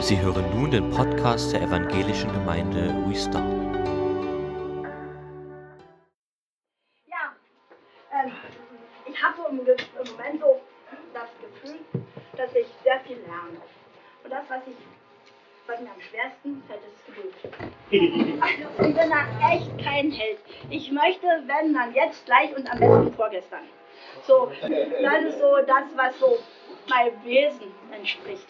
Sie hören nun den Podcast der Evangelischen Gemeinde Restart. Ja, ich habe so im Moment so das Gefühl, dass ich sehr viel lerne. Und das, was mir am schwersten fällt, ist Geduld. Also, ich bin da echt kein Held. Ich möchte, wenn, dann jetzt gleich und am besten vorgestern. So, das ist so das, was so meinem Wesen entspricht.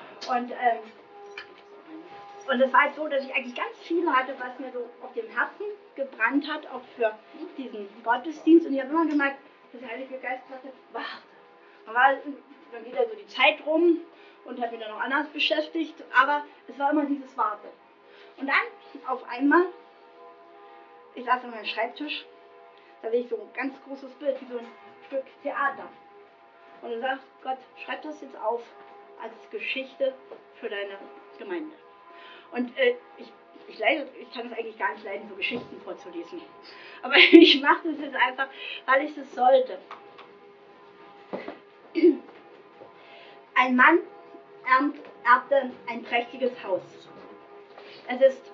Und es war halt so, dass ich eigentlich ganz viel hatte, was mir so auf dem Herzen gebrannt hat, auch für diesen Gottesdienst. Und ich habe immer gemerkt, dass der Heilige Geist sagte, warte. Dann geht ja so die Zeit rum und habe mich dann noch anders beschäftigt, aber es war immer dieses Warten. Und dann auf einmal, ich saß an meinem Schreibtisch, da sehe ich so ein ganz großes Bild, wie so ein Stück Theater. Und er sagt, Gott, schreib das jetzt auf als Geschichte für deine Gemeinde. Und ich kann es eigentlich gar nicht leiden, so Geschichten vorzulesen. Aber ich mache das jetzt einfach, weil ich es sollte. Ein Mann erbte ein prächtiges Haus. Es ist...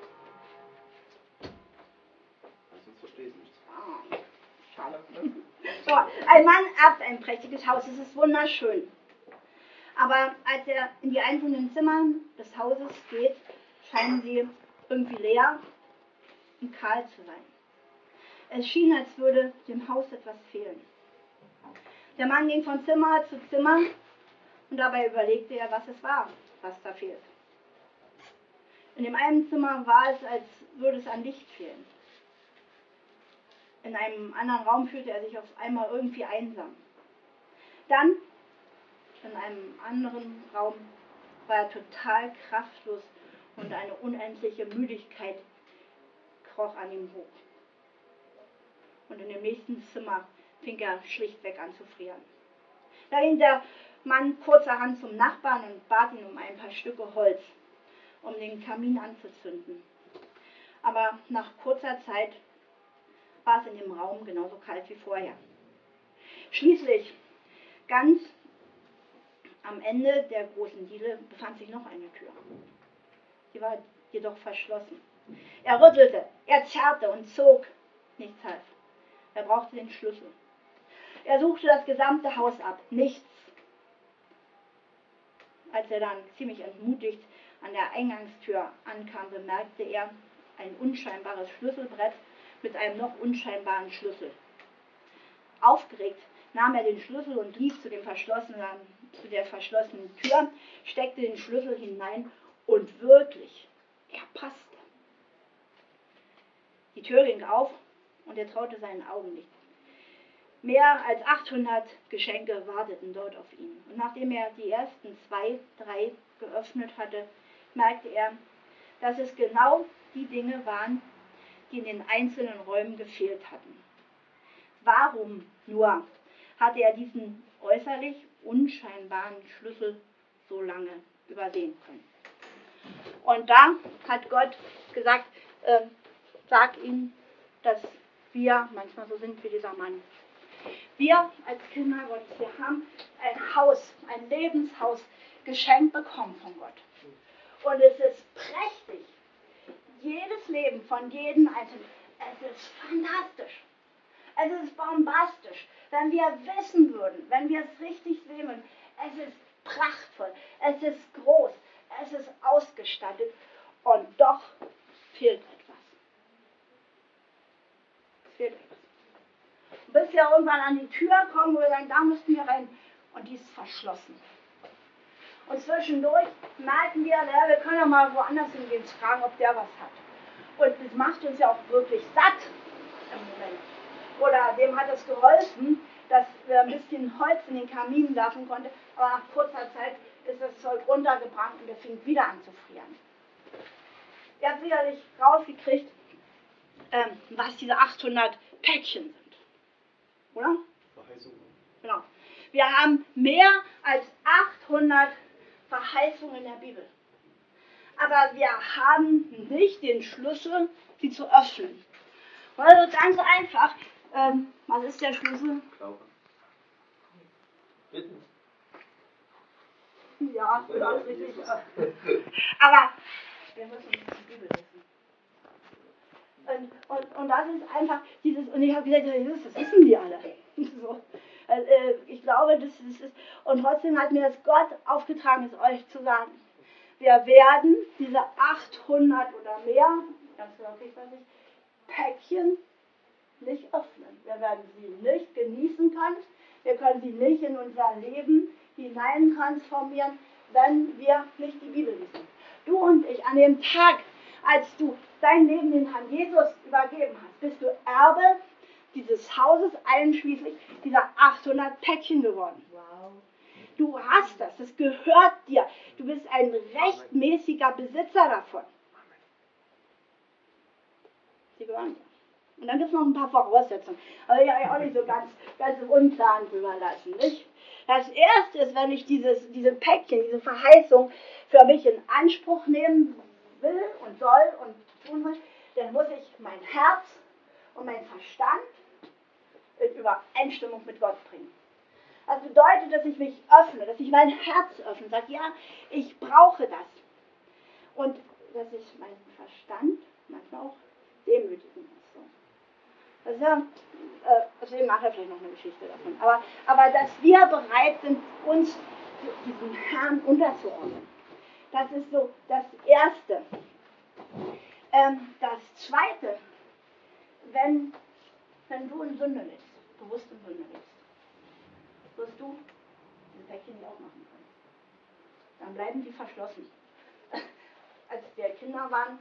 Sonst verstehe ich nichts. Schade. So, ein Mann erbt ein prächtiges Haus. Es ist wunderschön. Aber als er in die einzelnen Zimmer des Hauses geht, scheinen sie irgendwie leer und kahl zu sein. Es schien, als würde dem Haus etwas fehlen. Der Mann ging von Zimmer zu Zimmer und dabei überlegte er, was es war, was da fehlt. In dem einen Zimmer war es, als würde es an Licht fehlen. In einem anderen Raum fühlte er sich auf einmal irgendwie einsam. Dann, in einem anderen Raum, war er total kraftlos und eine unendliche Müdigkeit kroch an ihm hoch. Und in dem nächsten Zimmer fing er schlichtweg an zu frieren. Da ging der Mann kurzerhand zum Nachbarn und bat ihn um ein paar Stücke Holz, um den Kamin anzuzünden. Aber nach kurzer Zeit war es in dem Raum genauso kalt wie vorher. Schließlich, ganz am Ende der großen Diele, befand sich noch eine Tür. Sie war jedoch verschlossen. Er rüttelte, er zerrte und zog. Nichts half. Er brauchte den Schlüssel. Er suchte das gesamte Haus ab. Nichts. Als er dann ziemlich entmutigt an der Eingangstür ankam, bemerkte er ein unscheinbares Schlüsselbrett mit einem noch unscheinbaren Schlüssel. Aufgeregt nahm er den Schlüssel und lief zu der verschlossenen Tür, steckte den Schlüssel hinein und wirklich, er passte. Die Tür ging auf und er traute seinen Augen nicht. Mehr als 800 Geschenke warteten dort auf ihn. Und nachdem er die ersten 2, 3 geöffnet hatte, merkte er, dass es genau die Dinge waren, die in den einzelnen Räumen gefehlt hatten. Warum nur hatte er diesen äußerlich unscheinbaren Schlüssel so lange übersehen können? Und da hat Gott gesagt, sag ihm, dass wir manchmal so sind wie dieser Mann. Wir als Kinder Gottes, wir haben ein Haus, ein Lebenshaus geschenkt bekommen von Gott. Und es ist prächtig. Jedes Leben von jedem Einzelnen, es ist fantastisch. Es ist bombastisch. Wenn wir wissen würden, wenn wir es richtig sehen würden, es ist prachtvoll, es ist groß, es ist ausgestattet und doch fehlt etwas. Es fehlt etwas. Bis wir irgendwann an die Tür kommen, wo wir sagen, da müssten wir rein und die ist verschlossen. Und zwischendurch merken wir, wir können ja mal woanders hingehen, fragen, ob der was hat. Und das macht uns ja auch wirklich satt im Moment. Oder dem hat es geholfen, dass wir ein bisschen Holz in den Kamin werfen konnten, aber nach kurzer Zeit ist das Zeug runtergebrannt und er fing wieder an zu frieren. Er hat sicherlich rausgekriegt, was diese 800 Päckchen sind. Oder? Verheißung. Genau. Wir haben mehr als 800 Verheißungen in der Bibel. Aber wir haben nicht den Schlüssel, sie zu öffnen. Also ganz einfach, was ist der Schlüssel? Glaube. Bitten. Ja, ganz richtig. Aber wir müssen die Bibel wissen. Und das ist einfach dieses, und ich habe gesagt, Jesus, das wissen die alle. So. Ich glaube, das ist, und trotzdem hat mir das Gott aufgetragen, es euch zu sagen. Wir werden diese 800 oder mehr, ganz genau kriegt man nicht, Päckchen nicht öffnen. Wir werden sie nicht genießen können. Wir können sie nicht in unser Leben hinein transformieren, wenn wir nicht die Bibel lesen. Du und ich, an dem Tag, als du dein Leben den Herrn Jesus übergeben hast, bist du Erbe dieses Hauses, einschließlich dieser 800 Päckchen geworden. Wow. Du hast das gehört dir. Du bist ein rechtmäßiger Besitzer davon. Sie gehören dir. Und dann gibt es noch ein paar Voraussetzungen, aber die habe ich auch nicht so ganz im Unklaren drüber lassen. Nicht? Das erste ist, wenn ich diese Päckchen, diese Verheißung für mich in Anspruch nehmen will und soll und tun will, dann muss ich mein Herz und mein Verstand in Übereinstimmung mit Gott bringen. Das bedeutet, dass ich mich öffne, dass ich mein Herz öffne, sage, ja, ich brauche das. Und dass ich meinen Verstand manchmal auch demütigen muss. So. Das ist ja, deswegen mache ich vielleicht noch eine Geschichte davon. Aber dass wir bereit sind, uns diesem Herrn unterzuordnen. Das ist so das Erste. Das Zweite, wenn du in Sünde lebst, bewusst in Sünde lebst, wirst du diese Päckchen nicht aufmachen können. Dann bleiben die verschlossen. Als wir Kinder waren,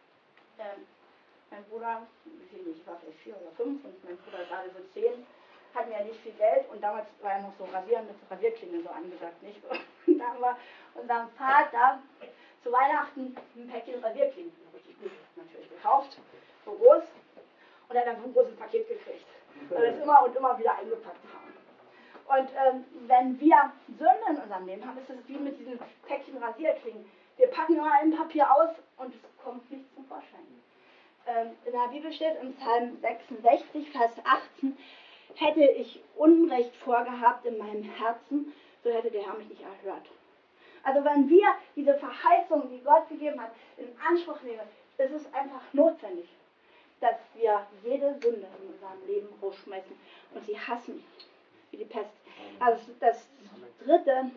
mein Bruder, ich war vielleicht 4 oder 5 und mein Bruder gerade so 10, hatten ja nicht viel Geld und damals war ja noch so Rasieren mit Rasierklingen so angesagt, nicht? Und da haben wir unserem Vater zu Weihnachten ein Päckchen Rasierklingen, richtig gut natürlich gekauft, so groß, und er hat dann so ein großes Paket gekriegt, weil wir es immer und immer wieder eingepackt haben. Und wenn wir Sünde in unserem Leben haben, ist es wie mit diesen Päckchen Rasierklingen. Wir packen nur ein Papier aus und es kommt nichts zum Vorschein. In der Bibel steht im Psalm 66, Vers 18, hätte ich Unrecht vorgehabt in meinem Herzen, so hätte der Herr mich nicht erhört. Also wenn wir diese Verheißung, die Gott gegeben hat, in Anspruch nehmen, ist es einfach notwendig, dass wir jede Sünde in unserem Leben rausschmeißen und sie hassen, wie die Pest. Also das Dritte,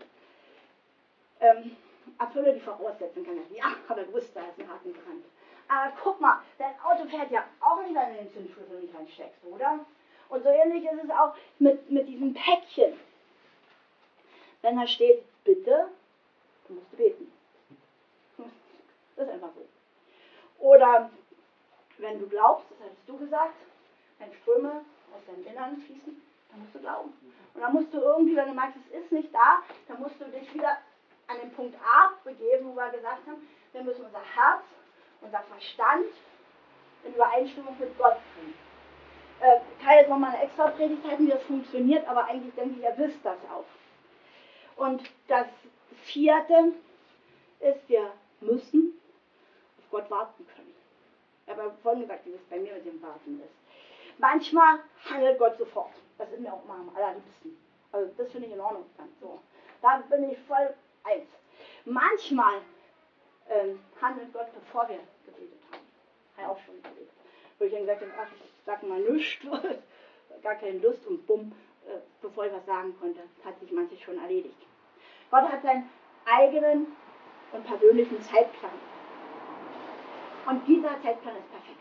erfülle die Voraussetzungen. Ja, habe gewusst, da ist ein Haken dran. Aber guck mal, dein Auto fährt ja auch nicht, wenn du den Zündschlüssel nicht reinsteckst, oder? Und so ähnlich ist es auch mit diesem Päckchen. Wenn da steht, bitte, dann musst du beten. Das ist einfach so. Oder wenn du glaubst, das hattest du gesagt, wenn Ströme aus deinem Innern fließen, dann musst du glauben. Und dann musst du irgendwie, wenn du merkst, es ist nicht da, dann musst du dich wieder an den Punkt A begeben, wo wir gesagt haben, wir müssen unser Herz, unser Verstand in Übereinstimmung mit Gott bringen. Ich kann jetzt nochmal eine extra Predigt halten, wie das funktioniert, aber eigentlich denke ich, ihr wisst das auch. Und das Vierte ist, wir müssen auf Gott warten können. Ich habe ja vorhin gesagt, wie es bei mir mit dem Warten ist. Manchmal handelt Gott sofort. Das ist mir auch mal am allerliebsten. Also das finde ich in Ordnung. So. Da bin ich voll eins. Manchmal handelt Gott, bevor wir gebetet haben. Habe ich auch schon gebetet. Wo ich dann gesagt habe, ach, ich sag mal nichts, gar keine Lust und bumm, bevor ich was sagen konnte, hat sich manches schon erledigt. Gott hat seinen eigenen und persönlichen Zeitplan. Und dieser Zeitplan ist perfekt.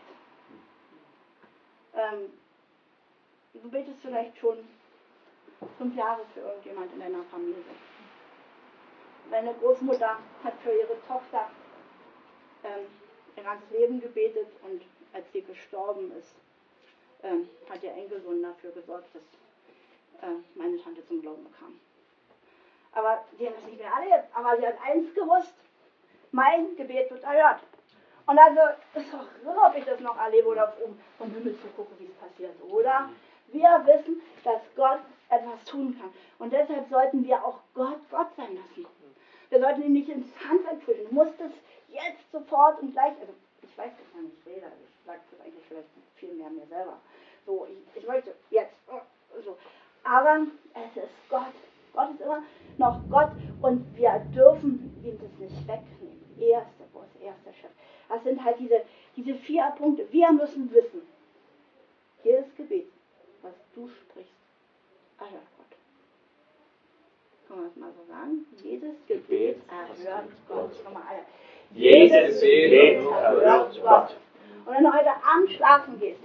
Du betest vielleicht schon 5 Jahre für irgendjemand in deiner Familie. Meine Großmutter hat für ihre Tochter ihr ganzes Leben gebetet und als sie gestorben ist, hat ihr Enkelsohn dafür gesorgt, dass meine Tante zum Glauben kam. Aber sie haben es nicht mehr erlebt. Aber sie hat eins gewusst, mein Gebet wird erhört. Und also ist doch irre, ob ich das noch erlebe oder vom Himmel zu gucken, wie es passiert, oder? Wir wissen, dass Gott etwas tun kann. Und deshalb sollten wir auch Gott sein lassen. Wir sollten ihn nicht ins Handwerk prüfen. Du musst es jetzt sofort und gleich, also ich weiß, dass man nicht rede, ich sage das eigentlich vielleicht viel mehr mir selber. So, ich möchte jetzt, so. Aber es ist Gott. Gott ist immer noch Gott und wir dürfen ihm das nicht wegnehmen. Er ist der Boss, er ist der Chef. Das sind halt diese 4 Punkte. Wir müssen wissen, jedes Gebet, was du sprichst, erhört Gott. Kann man das mal so sagen? Jedes Gebet erhört Gott. Jedes Gebet erhört Gott. Und wenn du heute Abend schlafen gehst,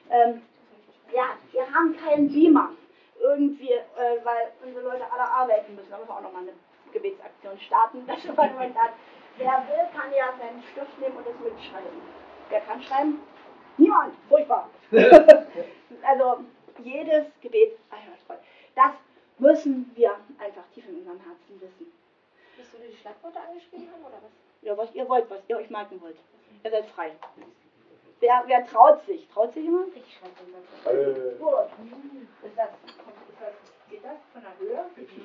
wir haben keinen Beamer irgendwie, weil unsere Leute alle arbeiten müssen. Da müssen wir auch nochmal eine Gebetsaktion starten. Dass man sagt, wer will, kann ja seinen Stift nehmen und das mitschreiben. Wer kann schreiben? Niemand. Furchtbar. Also jedes Gebet erhört Gott. Das müssen wir einfach tief in unserem Herzen wissen. Willst du die Schlagworte angeschrieben haben oder was? Ja, was ihr wollt, was ihr euch merken wollt. Ihr seid frei. Wer traut sich? Traut sich jemand? Ich schreibe den Gut. Geht das von der Höhe?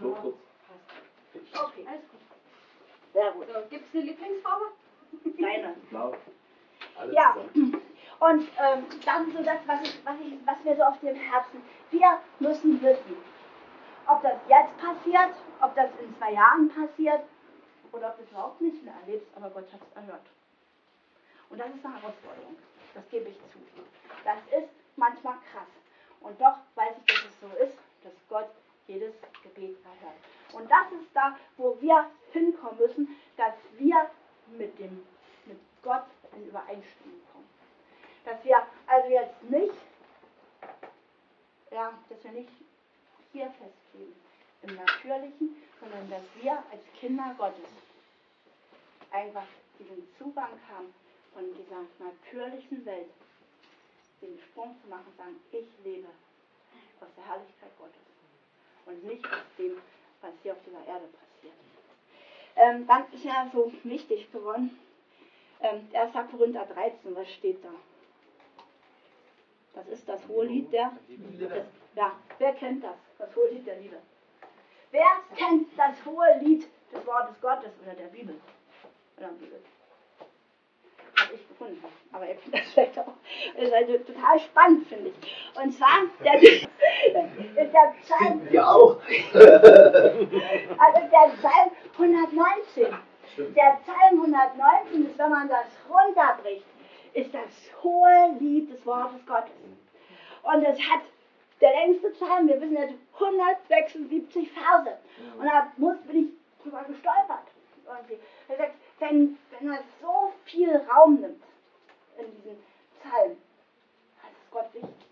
Okay. Alles gut. Sehr gut. So, gibt es eine Lieblingsfarbe? Deine. Blau. Alles Ja. zusammen. Und das ist so das, was mir so auf dem Herzen. Wir müssen wissen, ob das jetzt passiert, ob das in 2 Jahren passiert oder ob du es überhaupt nicht mehr erlebst, aber Gott hat es erhört. Und das ist eine Herausforderung. Das gebe ich zu. Das ist manchmal krass. Und doch weiß ich, dass es so ist, dass Gott jedes Gebet erhört. Und das ist da, wo wir hinkommen müssen, dass wir mit Gott in Übereinstimmung kommen. Dass wir also jetzt nicht, dass wir nicht hier festkleben im Natürlichen, sondern dass wir als Kinder Gottes einfach diesen Zugang haben von dieser natürlichen Welt, den Sprung zu machen und sagen, ich lebe aus der Herrlichkeit Gottes und nicht aus dem, was hier auf dieser Erde passiert. Dann ist ja so wichtig geworden, 1. Korinther 13, was steht da? Das ist das Hohelied wer kennt das Hohelied der Liebe? Wer kennt das Hohelied des Wortes Gottes oder der Bibel? Oder der Bibel? Habe ich gefunden, aber ihr kennt das vielleicht auch. Das ist also total spannend, finde ich. Und zwar, ist der Psalm... Finden wir auch. Also der Psalm 119. Der Psalm 119 ist, wenn man das runterbricht, ist das hohe Lied des Wortes Gottes. Und es hat der längste Psalm, wir wissen jetzt 176 Verse. Und da bin ich drüber gestolpert. Er sagt, wenn er so viel Raum nimmt in diesem Psalm, das ist Gott wichtig.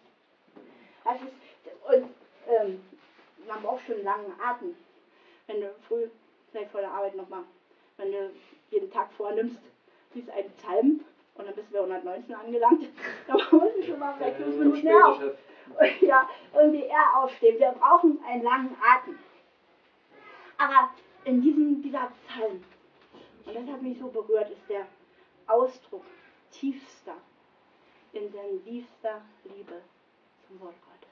Man braucht schon einen langen Atem. Wenn du früh, vielleicht vor der Arbeit nochmal, wenn du jeden Tag vornimmst, liest einen Psalm und dann bist du bei 119 angelangt, dann musst du schon mal vielleicht 5 Minuten mehr auf. Ja, irgendwie eher aufstehen. Wir brauchen einen langen Atem. Aber in dieser Psalm, und das hat mich so berührt, ist der Ausdruck tiefster, intensivster Liebe zum Wort Gottes.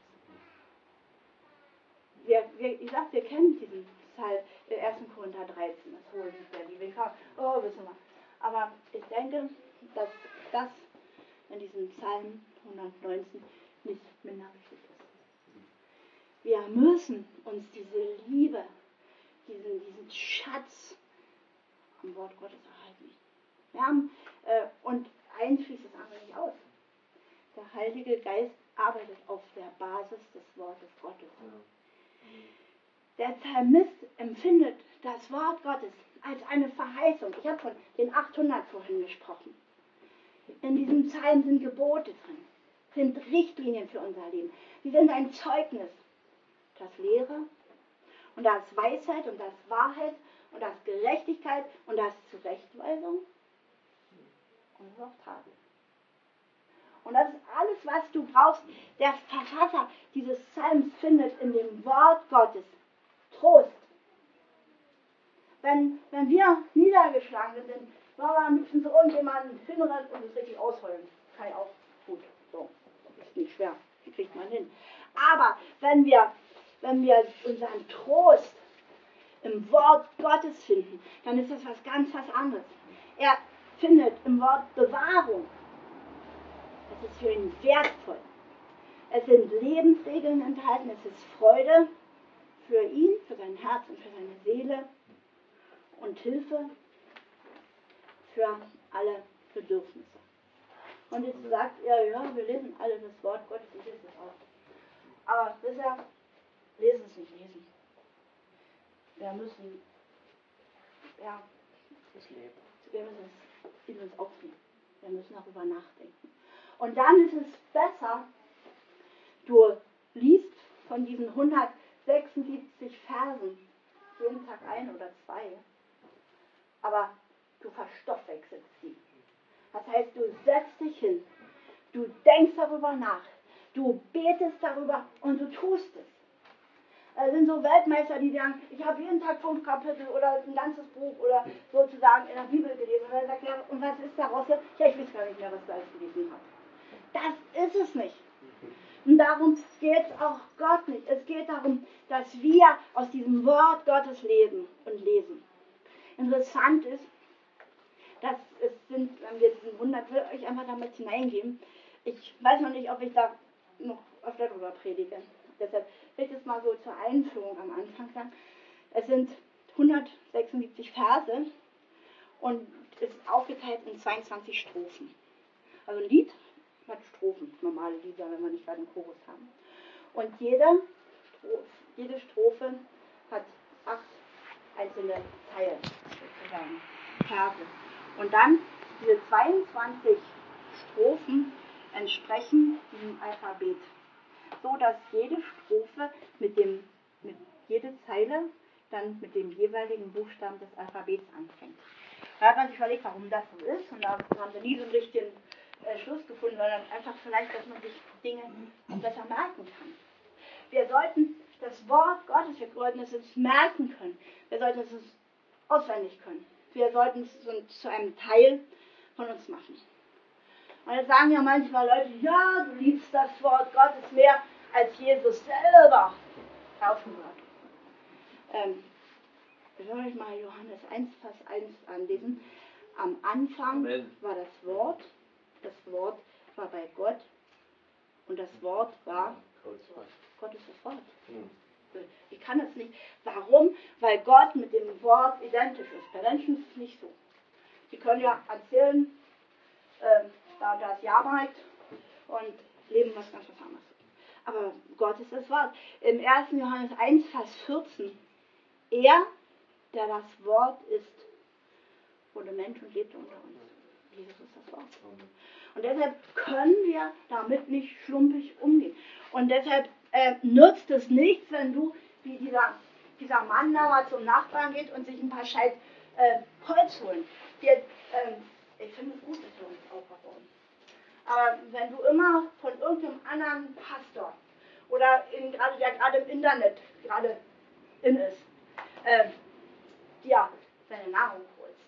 Wir kennen diesen Psalm, 1. Korinther 13, das hohe Lied der Liebe. Wissen wir. Aber ich denke, dass das in diesem Psalm 119 nicht minder wichtig ist. Wir müssen uns diese Liebe, diesen Schatz am Wort Gottes erhalten. Wir haben, und eins schließt das andere nicht aus. Der Heilige Geist arbeitet auf der Basis des Wortes Gottes. Der Psalmist empfindet das Wort Gottes als eine Verheißung. Ich habe von den 800 vorhin gesprochen. In diesem Psalm sind Gebote drin, sind Richtlinien für unser Leben. Sie sind ein Zeugnis. Das Lehre und das Weisheit und das Wahrheit und das Gerechtigkeit und das Zurechtweisung und das auch Taten. Und das ist alles, was du brauchst. Der Verfasser dieses Psalms findet in dem Wort Gottes Trost. Wenn wir niedergeschlagen sind, dann wollen wir am liebsten zu irgendjemandem hinrennen und es richtig ausheulen. Kann ich auch gut. So, ist nicht schwer. Die kriegt man hin. Aber wenn wir unseren Trost im Wort Gottes finden, dann ist das was anderes. Er findet im Wort Bewahrung. Es ist für ihn wertvoll. Es sind Lebensregeln enthalten, es ist Freude, für ihn, für sein Herz und für seine Seele und Hilfe für alle Bedürfnisse. Und jetzt sagt er, ja, wir lesen alle das Wort Gottes, ich lese es auch. Aber wisst ihr, lesen es nicht lesen. Wir müssen, ja, wir müssen es in uns aufnehmen. Wir müssen darüber nachdenken. Und dann ist es besser, du liest von diesen 176 Versen jeden Tag ein oder zwei, aber du verstoffwechselst sie. Das heißt, du setzt dich hin, du denkst darüber nach, du betest darüber und du tust es. Es sind so Weltmeister, die sagen, ich habe jeden Tag 5 Kapitel oder ein ganzes Buch oder sozusagen in der Bibel gelesen. Und dann sagt er, und was ist daraus jetzt? Ja, ich weiß gar nicht mehr, was du alles gelesen hast. Das ist es nicht. Und darum geht es auch Gott nicht. Es geht darum, dass wir aus diesem Wort Gottes leben und lesen. Interessant ist, dass es sind, wenn wir diesen 100, will euch einfach damit hineingeben. Ich weiß noch nicht, ob ich da noch öfter drüber predige. Deshalb will ich das mal so zur Einführung am Anfang sagen. Es sind 176 Verse und es ist aufgeteilt in 22 Strophen. Also ein Lied hat Strophen, normale Lieder, wenn wir nicht gerade einen Chorus haben. Und jede Strophe hat 8 einzelne Zeilen, sozusagen, Verse. Und dann diese 22 Strophen entsprechen diesem Alphabet. So dass jede Strophe mit jede Zeile dann mit dem jeweiligen Buchstaben des Alphabets anfängt. Da hat man sich überlegt, warum das so ist, und da haben wir nie so einen richtigen Schluss gefunden, sondern einfach vielleicht, dass man sich Dinge besser merken kann. Wir sollten das Wort Gottes, wir sollten es uns merken können, wir sollten es uns auswendig können, wir sollten es uns zu einem Teil von uns machen. Und jetzt sagen ja manchmal Leute, ja, du liebst das Wort Gottes mehr als Jesus selber. Aufgehört. Ich will euch mal Johannes 1, Vers 1 anlesen. Am Anfang war das Wort war bei Gott und das Wort war Gottes Wort. Ich kann das nicht. Warum? Weil Gott mit dem Wort identisch ist. Bei Menschen ist es nicht so. Sie können ja erzählen, da ist Jahrmarkt und leben was ganz anderes. Aber Gott ist das Wort. Im 1. Johannes 1, Vers 14. Er, der das Wort ist, wurde Mensch und lebte unter uns. Jesus ist das Wort. Und deshalb können wir damit nicht schlumpig umgehen. Und deshalb nützt es nichts, wenn du, wie dieser Mann da mal zum Nachbarn geht und sich ein paar Scheit Holz holen. Ich finde es gut, dass wir uns aufbauen. Aber wenn du immer von irgendeinem anderen Pastor oder der gerade im Internet gerade in ist, dir seine Nahrung holst,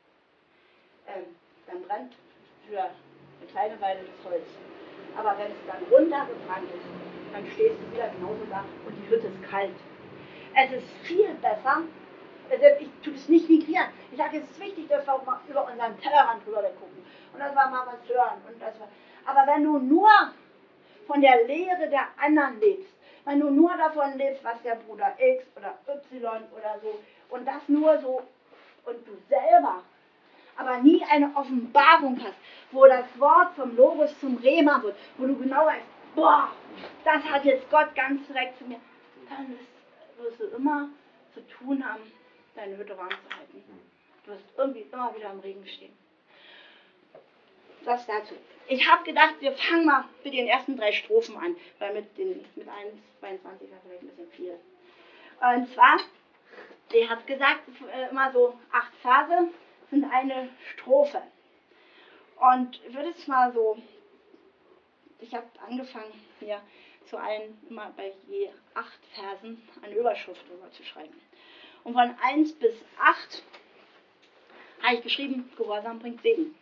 dann brennt für eine kleine Weile das Holz. Aber wenn es dann runtergebrannt ist, dann stehst du wieder genauso da und die Hütte ist kalt. Es ist viel besser. Ich tue es nicht migrieren. Ich sage, es ist wichtig, dass wir auch mal über unseren Tellerrand drüber gucken und dass wir mal was hören. Aber wenn du nur von der Lehre der anderen lebst, wenn du nur davon lebst, was der Bruder X oder Y oder so, und das nur so, und du selber aber nie eine Offenbarung hast, wo das Wort vom Logos zum Rema wird, wo du genau weißt, boah, das hat jetzt Gott ganz direkt zu mir, dann wirst du immer zu tun haben, deine Hütte warm zu halten. Du wirst irgendwie immer wieder im Regen stehen. Das dazu. Ich habe gedacht, wir fangen mal mit den ersten 3 Strophen an, weil mit 1, 22 war vielleicht ein bisschen viel. Und zwar, ich habe gesagt, immer so 8 Verse sind eine Strophe. Und ich würde es mal so, ich habe angefangen, hier zu allen immer bei je 8 Versen eine Überschrift drüber zu schreiben. Und von 1 bis 8 habe ich geschrieben, Gehorsam bringt Segen.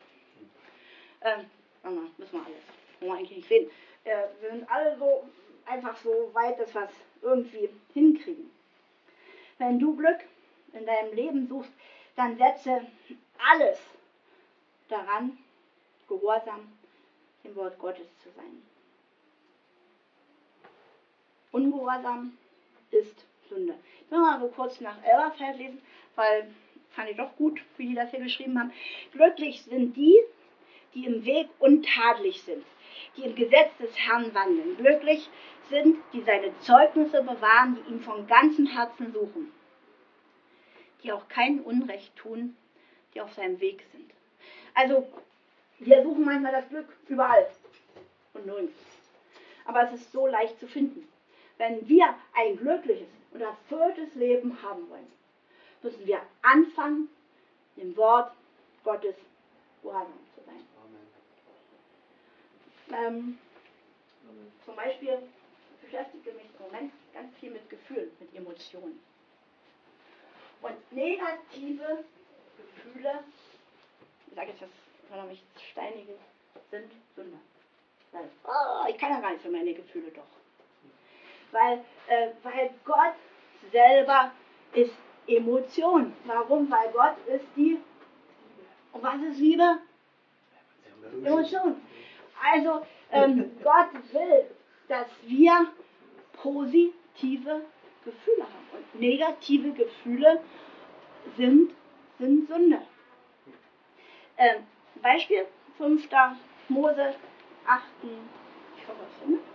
Müssen wir alles. Wollen wir eigentlich nicht reden. Wir sind alle so einfach so weit, dass wir es irgendwie hinkriegen. Wenn du Glück in deinem Leben suchst, dann setze alles daran, gehorsam dem Wort Gottes zu sein. Ungehorsam ist Sünde. Ich will mal so kurz nach Elberfeld lesen, weil fand ich doch gut, wie die das hier geschrieben haben. Glücklich sind die, die im Weg untadelig sind, die im Gesetz des Herrn wandeln. Glücklich sind, die seine Zeugnisse bewahren, die ihn von ganzem Herzen suchen, die auch kein Unrecht tun, die auf seinem Weg sind. Also, wir suchen manchmal das Glück überall und nirgends. Aber es ist so leicht zu finden. Wenn wir ein glückliches und erfülltes Leben haben wollen, müssen wir anfangen, dem Wort Gottes gehorsam zu sein. Zum Beispiel beschäftige mich im Moment ganz viel mit Gefühlen, mit Emotionen. Und negative Gefühle, ich sage jetzt das, wenn er mich steinigen, sind Sünder. Ich kann ja gar nicht für meine Gefühle doch. Weil Gott selber ist Emotion. Warum? Weil Gott ist die. Und was ist Liebe? Emotion. Also Gott will, dass wir positive Gefühle haben. Und negative Gefühle sind Sünde. Beispiel 5. Mose 8. Ich hoffe, ich finde.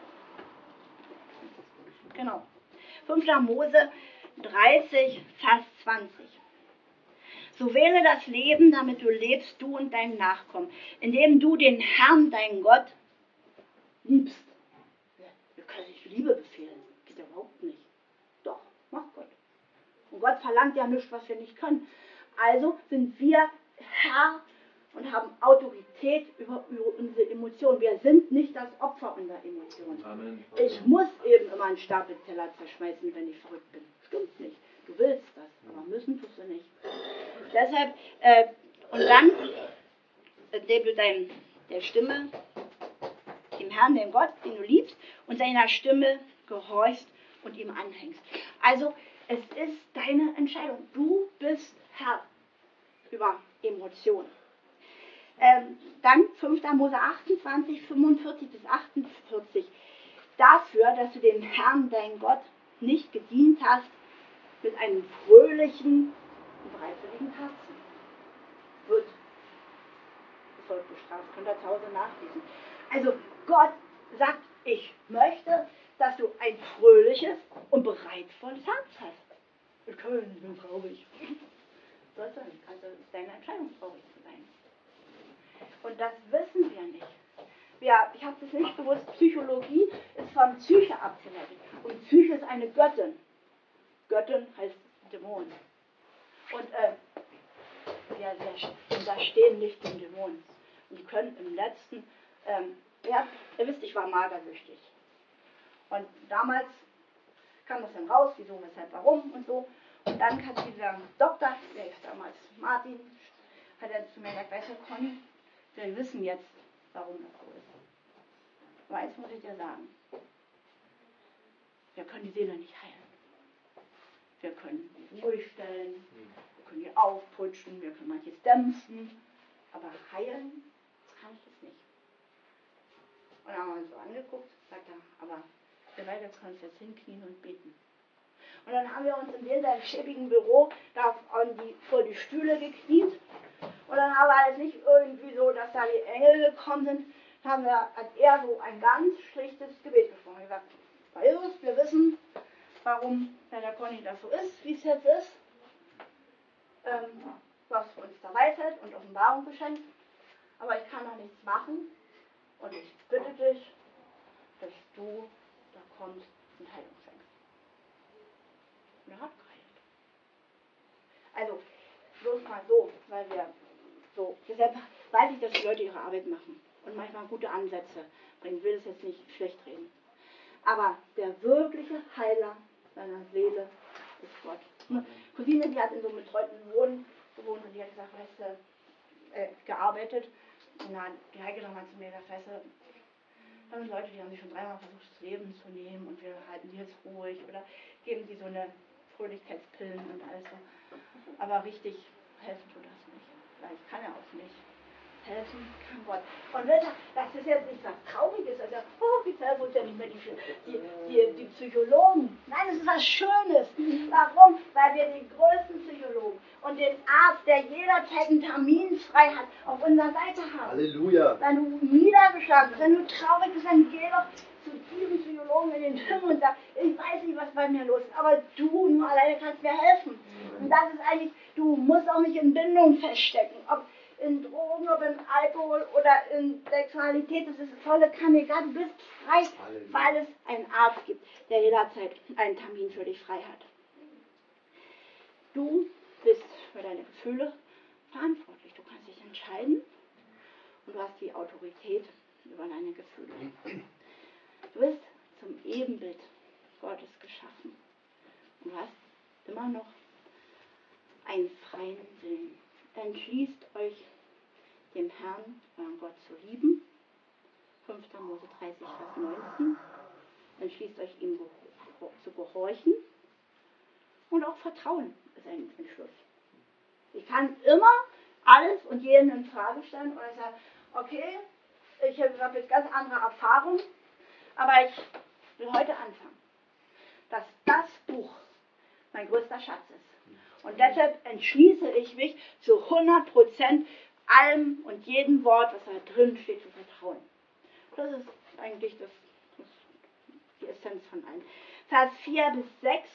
Genau. 5. Mose 30, Vers 20. So wähle das Leben, damit du lebst, du und dein Nachkommen, indem du den Herrn, deinen Gott, liebst. Wir können nicht Liebe befehlen. Geht ja überhaupt nicht. Doch, macht Gott. Und Gott verlangt ja nichts, was wir nicht können. Also sind wir Herr und haben Autorität über unsere Emotionen. Wir sind nicht das Opfer unserer Emotionen. Amen. Ich muss eben immer einen Stapelteller zerschmeißen, wenn ich verrückt bin. Stimmt nicht. Du willst das, aber müssen tust du nicht. Deshalb, und dann, indem du der Stimme, dem Herrn, dem Gott, den du liebst, und seiner Stimme gehorchst und ihm anhängst. Also, es ist deine Entscheidung. Du bist Herr über Emotionen. Dann 5. Mose 28, 45 bis 48. Dafür, dass du dem Herrn, dein Gott, nicht gedient hast mit einem fröhlichen und bereitwilligen Herzen, wird Volk bestraft. Könnt ihr zu Hause nachlesen. Also Gott sagt, ich möchte, dass du ein fröhliches und bereitvolles Herz hast. Ich bin traurig. Sollst du nicht. Also ist deine Entscheidung, traurig zu sein. Und das wissen wir nicht. Ich habe das nicht gewusst, Psychologie ist von Psyche abgeleitet. Und Psyche ist eine Göttin. Göttin heißt Dämon. Und wir unterstehen nicht den Dämonen. Und die können im letzten, ihr wisst, ich war magersüchtig. Und damals kam das dann raus, wieso, weshalb, warum und so. Und dann hat dieser Doktor, der ist damals Martin, hat er zu mir gesagt, weißt du, Conny, wir wissen jetzt, warum das so ist. Aber eins muss ich dir sagen, wir können die Seele nicht heilen. Wir können die ruhig stellen, wir können die aufputschen, wir können manches dämpfen, aber heilen, das kann ich jetzt nicht. Und dann haben wir uns so angeguckt, sagt er, aber wir beide können uns jetzt hinknien und beten. Und dann haben wir uns in diesem schäbigen Büro da vor die Stühle gekniet. Und dann haben wir halt nicht irgendwie so, dass da die Engel gekommen sind, hat er so ein ganz schlichtes Gebet gesprochen. Er hat gesagt, Herr Jesus, wir wissen, warum der Conny das so ist, wie es jetzt ist. Du hast uns da Weisheit und Offenbarung geschenkt, aber ich kann da nichts machen. Und ich bitte dich, dass du da kommst und Heilung schenkst. Und er hat geheilt. Also, bloß mal so, weil wir so, deshalb weiß ich, dass die Leute ihre Arbeit machen und manchmal gute Ansätze bringen. Ich will es jetzt nicht schlecht reden. Aber der wirkliche Heiler seiner Seele ist Gott. Eine Cousine, die hat in so einem betreuten Wohnen gewohnt und die hat gesagt, weißt du, gearbeitet. Und dann die Heike nochmal zu mir gesagt, weißt du, da sind Leute, die haben sich schon 3-mal versucht, das Leben zu nehmen und wir halten die jetzt ruhig oder geben die so eine Fröhlichkeitspillen und alles so. Aber richtig helfen tut das nicht. Weil ich kann ja auch nicht helfen kann Gott. Und wisst ihr, das ist jetzt nicht was Trauriges, also, oh, jetzt helfen uns ja nicht mehr die Psychologen. Nein, es ist was Schönes. Warum? Weil wir den größten Psychologen und den Arzt, der jederzeit einen Termin frei hat, auf unserer Seite haben. Halleluja. Wenn du niedergeschlagen bist, wenn du traurig bist, dann geh doch zu diesem Psychologen in den Himmel und sag, ich weiß nicht, was bei mir los ist, aber du nur alleine kannst mir helfen. Und das ist eigentlich, du musst auch nicht in Bindung feststecken, ob in Drogen, ob in Alkohol oder in Sexualität, das ist volle Kanne, egal, du bist frei, weil es einen Arzt gibt, der jederzeit einen Termin für dich frei hat. Du bist für deine Gefühle verantwortlich, du kannst dich entscheiden und du hast die Autorität über deine Gefühle. Du bist zum Ebenbild Gottes geschaffen und du hast immer noch einen freien Willen. Entschließt euch, dem Herrn, euren Gott, zu lieben. 5. Mose 30, Vers 19. Entschließt euch, ihm zu gehorchen. Und auch Vertrauen ist ein Entschluss. Ich kann immer alles und jeden in Frage stellen und ich sage, okay, ich habe jetzt ganz andere Erfahrungen, aber ich will heute anfangen, dass das Buch mein größter Schatz ist. Und deshalb entschließe ich mich zu 100% allem und jedem Wort, was da drin steht, zu vertrauen. Das ist eigentlich die Essenz von allem. Vers 4 bis 6.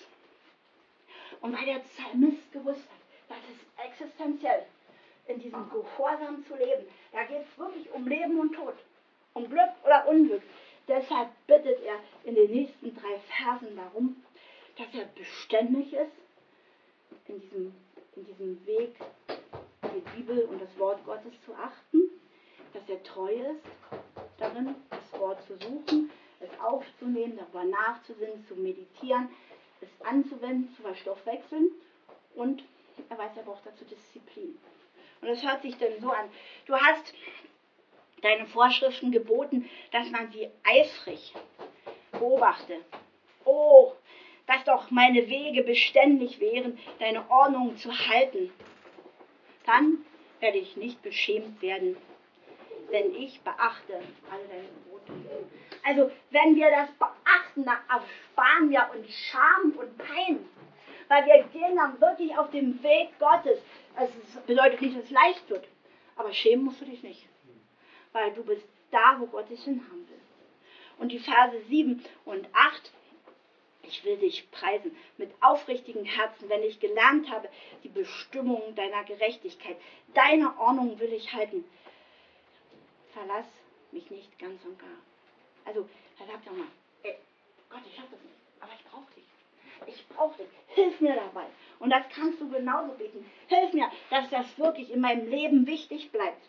Und weil der Psalmist gewusst hat, das ist existenziell, in diesem Gehorsam zu leben. Da geht es wirklich um Leben und Tod, um Glück oder Unglück. Deshalb bittet er in den nächsten 3 Versen darum, dass er beständig ist in diesem Weg, die Bibel und das Wort Gottes zu achten, dass er treu ist darin, das Wort zu suchen, es aufzunehmen, darüber nachzusinnen, zu meditieren, es anzuwenden, zu verstoffwechseln und er weiß, er braucht dazu Disziplin. Und es hört sich dann so an, du hast deine Vorschriften geboten, dass man sie eifrig beobachte. Oh, dass doch meine Wege beständig wären, deine Ordnung zu halten. Dann werde ich nicht beschämt werden, denn ich beachte alle deine Gebote. Also, wenn wir das beachten, dann ersparen wir uns Scham und Pein. Weil wir gehen dann wirklich auf dem Weg Gottes. Also, es bedeutet nicht, dass es leicht wird. Aber schämen musst du dich nicht. Weil du bist da, wo Gott dich hinhaben will. Und die Verse 7 und 8. Ich will dich preisen mit aufrichtigem Herzen, wenn ich gelernt habe, die Bestimmungen deiner Gerechtigkeit. Deine Ordnung will ich halten. Verlass mich nicht ganz und gar. Also, er sagt doch mal, Gott, ich schaff das nicht, aber ich brauche dich. Ich brauche dich. Hilf mir dabei. Und das kannst du genauso beten. Hilf mir, dass das wirklich in meinem Leben wichtig bleibt.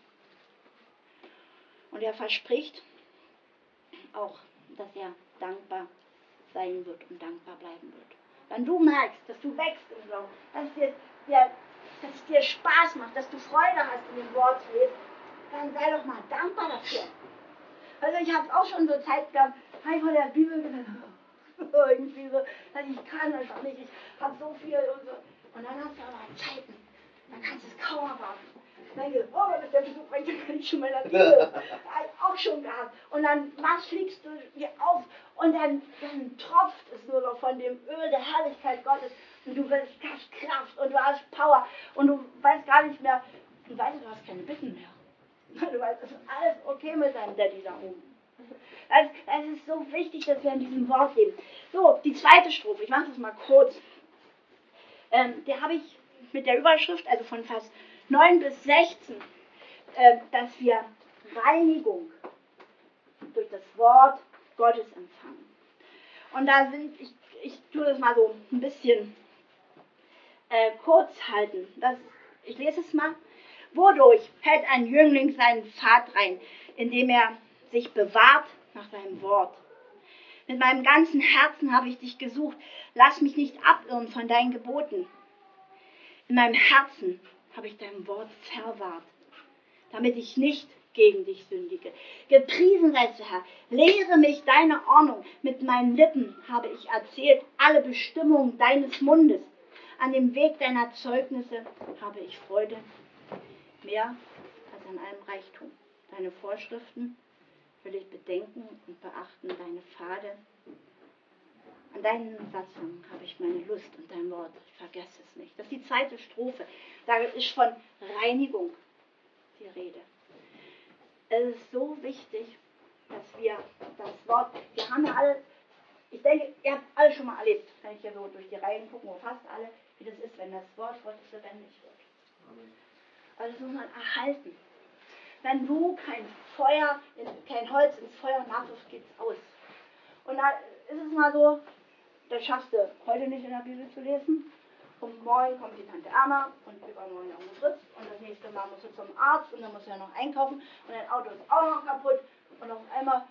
Und er verspricht auch, dass er dankbar sein wird und dankbar bleiben wird. Wenn du merkst, dass du wächst im Glauben, dass es dir Spaß macht, dass du Freude hast, in dem Wort zu lesen, dann sei doch mal dankbar dafür. Also ich habe auch schon so Zeit gehabt, habe ich von der Bibel gedacht, irgendwie so, dass ich kann einfach nicht, ich habe so viel und so. Und dann hast du aber Zeiten, dann kannst du es kaum erwarten. Dann denkst du, oh, das ist der Besuch, dann kann ich schon mal in der Bibel. Auch schon gehabt. Und dann fliegst du dir auf und dann tropft es nur noch von dem Öl der Herrlichkeit Gottes und du hast Kraft und du hast Power und du weißt gar nicht mehr, du hast keine Bitten mehr. Du weißt, es ist alles okay mit deinem Daddy da oben. Es ist so wichtig, dass wir in diesem Wort leben. So, die zweite Strophe, ich mache das mal kurz. Die habe ich mit der Überschrift, also von Vers 9 bis 16, dass wir Reinigung durch das Wort Gottes empfangen. Und da ich tue das mal so ein bisschen kurz halten. Ich lese es mal. Wodurch hält ein Jüngling seinen Pfad rein, indem er sich bewahrt nach deinem Wort? Mit meinem ganzen Herzen habe ich dich gesucht. Lass mich nicht abirren von deinen Geboten. In meinem Herzen habe ich dein Wort verwahrt, damit ich nicht gegen dich sündige. Gepriesen seist du, Herr. Lehre mich deine Ordnung. Mit meinen Lippen habe ich erzählt alle Bestimmungen deines Mundes. An dem Weg deiner Zeugnisse habe ich Freude, mehr als an allem Reichtum. Deine Vorschriften will ich bedenken und beachten, deine Pfade. An deinen Satzungen habe ich meine Lust und dein Wort. Ich vergesse es nicht. Das ist die zweite Strophe. Da ist von Reinigung die Rede. Es ist so wichtig, dass wir das Wort, wir haben ja alle, ich denke, ihr habt alle schon mal erlebt, wenn ich hier so durch die Reihen gucke, wo fast alle, wie das ist, wenn das Wort Gottes lebendig wird. Amen. Also das muss man erhalten. Wenn du kein Holz ins Feuer nachwirfst, geht es aus. Und da ist es mal so, das schaffst du heute nicht in der Bibel zu lesen. Und morgen kommt die Tante Erna und übermorgen Onkel Fritz. Und das nächste Mal musst du zum Arzt und dann musst du ja noch einkaufen. Und dein Auto ist auch noch kaputt. Und auf einmal,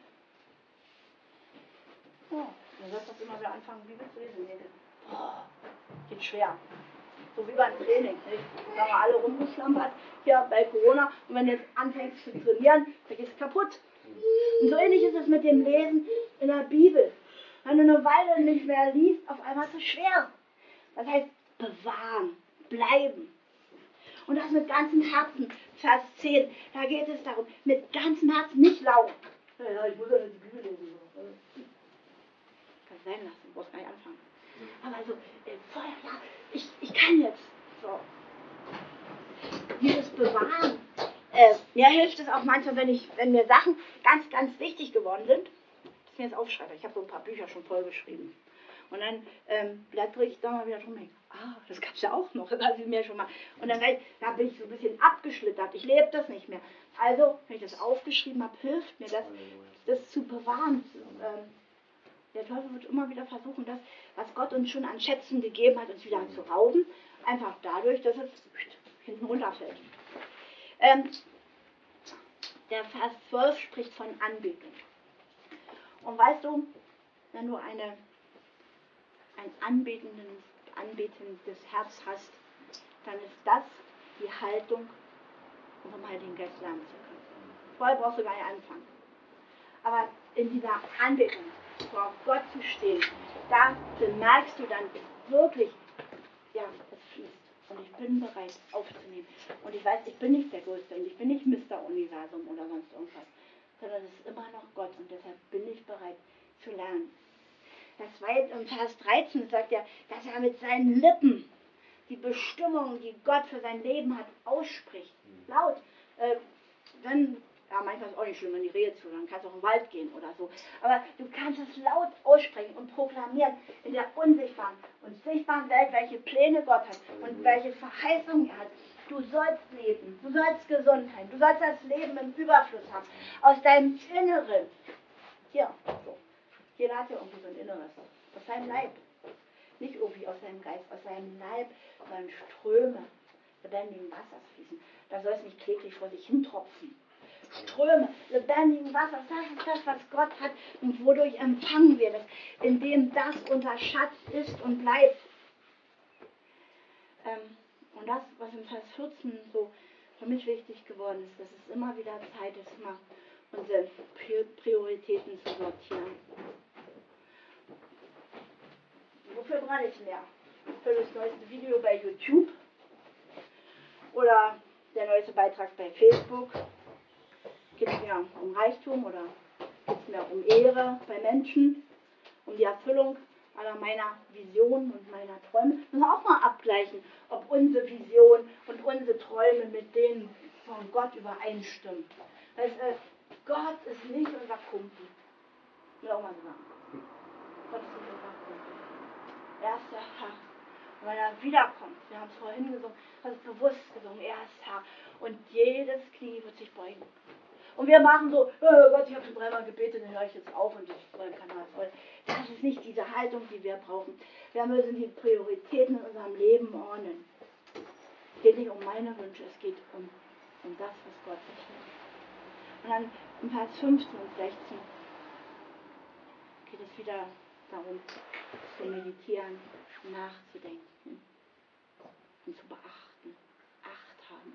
dann sollst du immer wieder anfangen, Bibel zu lesen. Geht schwer. So wie beim Training. Nicht? Da haben wir alle rumgeschlampert hier bei Corona. Und wenn du jetzt anfängst zu trainieren, dann geht es kaputt. Und so ähnlich ist es mit dem Lesen in der Bibel. Wenn du eine Weile nicht mehr liest, auf einmal ist es schwer. Das heißt, bewahren, bleiben. Und das mit ganzem Herzen. Vers 10, da geht es darum, mit ganzem Herzen, nicht laut. Ja, ich muss ja nicht die Bibel lesen. Kann sein lassen, du brauchst gar nicht anfangen. Aber so, vorher, ja, ich kann jetzt. So. Dieses Bewahren. Mir hilft es auch manchmal, wenn mir Sachen ganz, ganz wichtig geworden sind, dass ich mir das aufschreibe. Ich habe so ein paar Bücher schon vollgeschrieben. Und dann blättere ich da mal wieder drum und denke, das gab es ja auch noch, das hatte ich mir schon mal. Und dann da bin ich so ein bisschen abgeschlittert, ich lebe das nicht mehr. Also, wenn ich das aufgeschrieben habe, hilft mir das zu bewahren. Der Teufel wird immer wieder versuchen, das, was Gott uns schon an Schätzen gegeben hat, uns wieder zu rauben. Einfach dadurch, dass es hinten runterfällt. Der Vers 12 spricht von Anbetung. Und weißt du, wenn du ein anbetendes Herz hast, dann ist das die Haltung, um vom Heiligen Geist lernen zu können. Vorher brauchst du gar nicht anfangen. Aber in dieser Anbetung, vor Gott zu stehen, da bemerkst du dann wirklich, ja, es fließt. Und ich bin bereit aufzunehmen. Und ich weiß, ich bin nicht der Größte und ich bin nicht Mr. Universum oder sonst irgendwas, sondern es ist immer noch Gott und deshalb bin ich bereit zu lernen. Im Vers 13 sagt er, dass er mit seinen Lippen die Bestimmungen, die Gott für sein Leben hat, ausspricht. Laut. Manchmal ist es auch nicht schlimm, wenn die Rehe zu, dann kannst du auch im Wald gehen oder so. Aber du kannst es laut aussprechen und proklamieren in der unsichtbaren und sichtbaren Welt, welche Pläne Gott hat und welche Verheißungen er hat. Du sollst leben, du sollst Gesundheit, du sollst das Leben im Überfluss haben. Aus deinem Inneren. Hier, so. Jeder hat ja irgendwie so ein Inneres. Aus seinem Leib. Nicht irgendwie aus seinem Geist, aus seinem Leib sollen Ströme lebendigen Wassers fließen. Da soll es nicht kläglich vor sich hintropfen. Ströme lebendigen Wassers, das ist das, was Gott hat und wodurch empfangen wir das, indem das unser Schatz ist und bleibt. Und das, was im Vers 14 so für mich wichtig geworden ist, dass es immer wieder Zeit ist, mal unsere Prioritäten zu sortieren. Wofür brenne ich mehr? Für das neueste Video bei YouTube oder der neueste Beitrag bei Facebook? Geht es mir um Reichtum oder geht es mir um Ehre bei Menschen, um die Erfüllung aller meiner Visionen und meiner Träume? Müssen wir auch mal abgleichen, ob unsere Vision und unsere Träume mit denen von Gott übereinstimmen. Gott ist nicht unser Kumpel. Will auch mal sagen. Gott ist nicht unser Kumpel. Er ist der Herr. Und wenn er wiederkommt, wir haben es vorhin gesungen, das ist bewusst gesungen, er ist Herr. Und jedes Knie wird sich beugen. Und wir machen so, Gott, ich habe schon 3-mal gebetet, dann höre ich jetzt auf und das ist mein Kanal voll. Das ist nicht diese Haltung, die wir brauchen. Wir müssen die Prioritäten in unserem Leben ordnen. Es geht nicht um meine Wünsche, es geht um das, was Gott sich will. Und dann im Vers 15 und 16 geht es wieder darum, zu meditieren, nachzudenken und zu beachten, Acht haben.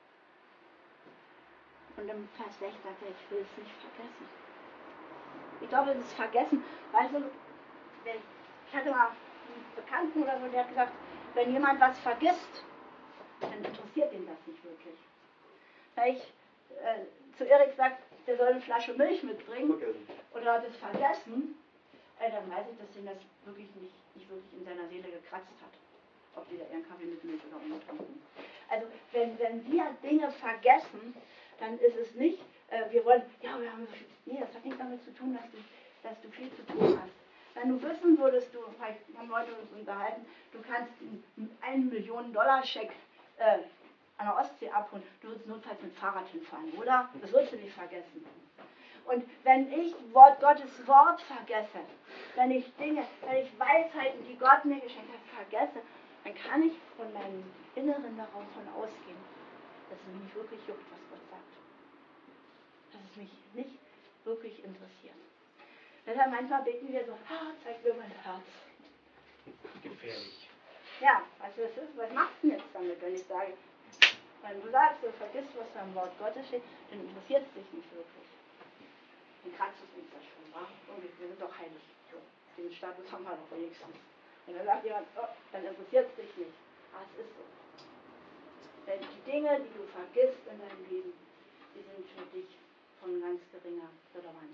Und im Vers 6 sagt er, ich will es nicht vergessen. Ich glaube, es ist vergessen. Weißt du, ich hatte mal einen Bekannten oder so, der hat gesagt, wenn jemand was vergisst, dann interessiert ihn das nicht wirklich. Weil ich zu Erik sagt, der soll eine Flasche Milch mitbringen Vergessen. oder hat es vergessen, dann weiß ich, dass ihn das wirklich nicht wirklich in seiner Seele gekratzt hat. Ob die da ihren Kaffee mit Milch oder ohne trinken. Also wenn wir Dinge vergessen, dann ist es nicht, wir wollen, ja, wir haben so viel, nee, das hat nichts damit zu tun, dass du viel zu tun hast. Wenn du wissen würdest, vielleicht haben Leute uns unterhalten, du kannst einen $1-Million-Scheck an der Ostsee abholen, du würdest notfalls mit Fahrrad hinfahren, oder? Das würdest du nicht vergessen. Und wenn ich Gottes Wort vergesse, wenn ich Weisheiten, die Gott mir geschenkt hat, vergesse, dann kann ich von meinem Inneren davon ausgehen, dass es mich nicht wirklich juckt, was Gott sagt. Dass es mich nicht wirklich interessiert. Deshalb manchmal beten wir so, zeig mir mein Herz. Gefährlich. Ja, also was machst du denn jetzt damit, wenn ich sage, wenn du sagst, du vergisst, was da im Wort Gottes steht, dann interessiert es dich nicht wirklich. Dann kratzt es uns das schon, wa? Und wir sind doch heilig. So, den Status haben wir doch wenigstens. Und dann sagt jemand, dann interessiert es dich nicht. Aber es ist so. Denn die Dinge, die du vergisst in deinem Leben, die sind für dich von ganz geringer Relevanz.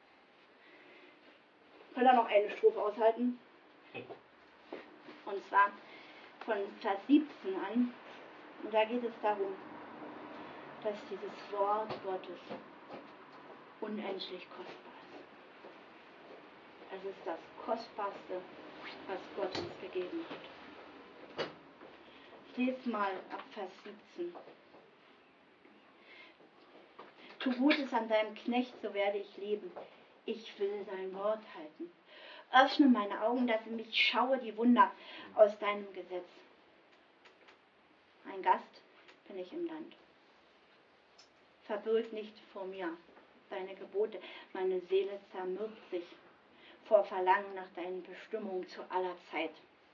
Könnt ihr noch eine Strophe aushalten? Und zwar von Vers 17 an. Und da geht es darum, dass dieses Wort Gottes unendlich kostbar ist. Es ist das Kostbarste, was Gott uns gegeben hat. Ich lese mal ab Vers 17. Tu Gutes an deinem Knecht, so werde ich leben. Ich will dein Wort halten. Öffne meine Augen, dass ich mich schaue die Wunder aus deinem Gesetz. Ein Gast bin ich im Land. Verbirg nicht vor mir deine Gebote. Meine Seele zermürbt sich vor Verlangen nach deinen Bestimmungen zu aller Zeit.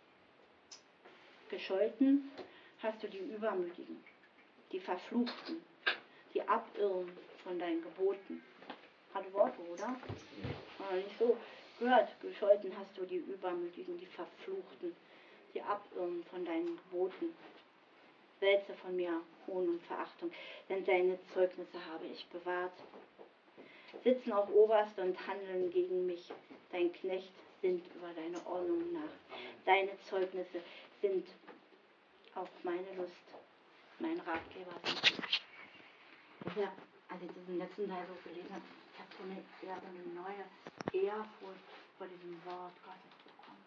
Gescholten hast du die Übermütigen, die Verfluchten, die abirren von deinen Geboten. Hat Worte, oder? Aber nicht so. Gehört, gescholten hast du die Übermütigen, die Verfluchten, die abirren von deinen Geboten. Wälze von mir Hohn und Verachtung, denn deine Zeugnisse habe ich bewahrt. Sitzen auch Oberste und handeln gegen mich. Dein Knecht sinnt über deine Ordnung nach. Deine Zeugnisse sind auch meine Lust, mein Ratgeber sind. Ja, als ich diesen letzten Teil so gelesen habe, ich habe so eine neue Ehrfurcht vor diesem Wort Gottes bekommen.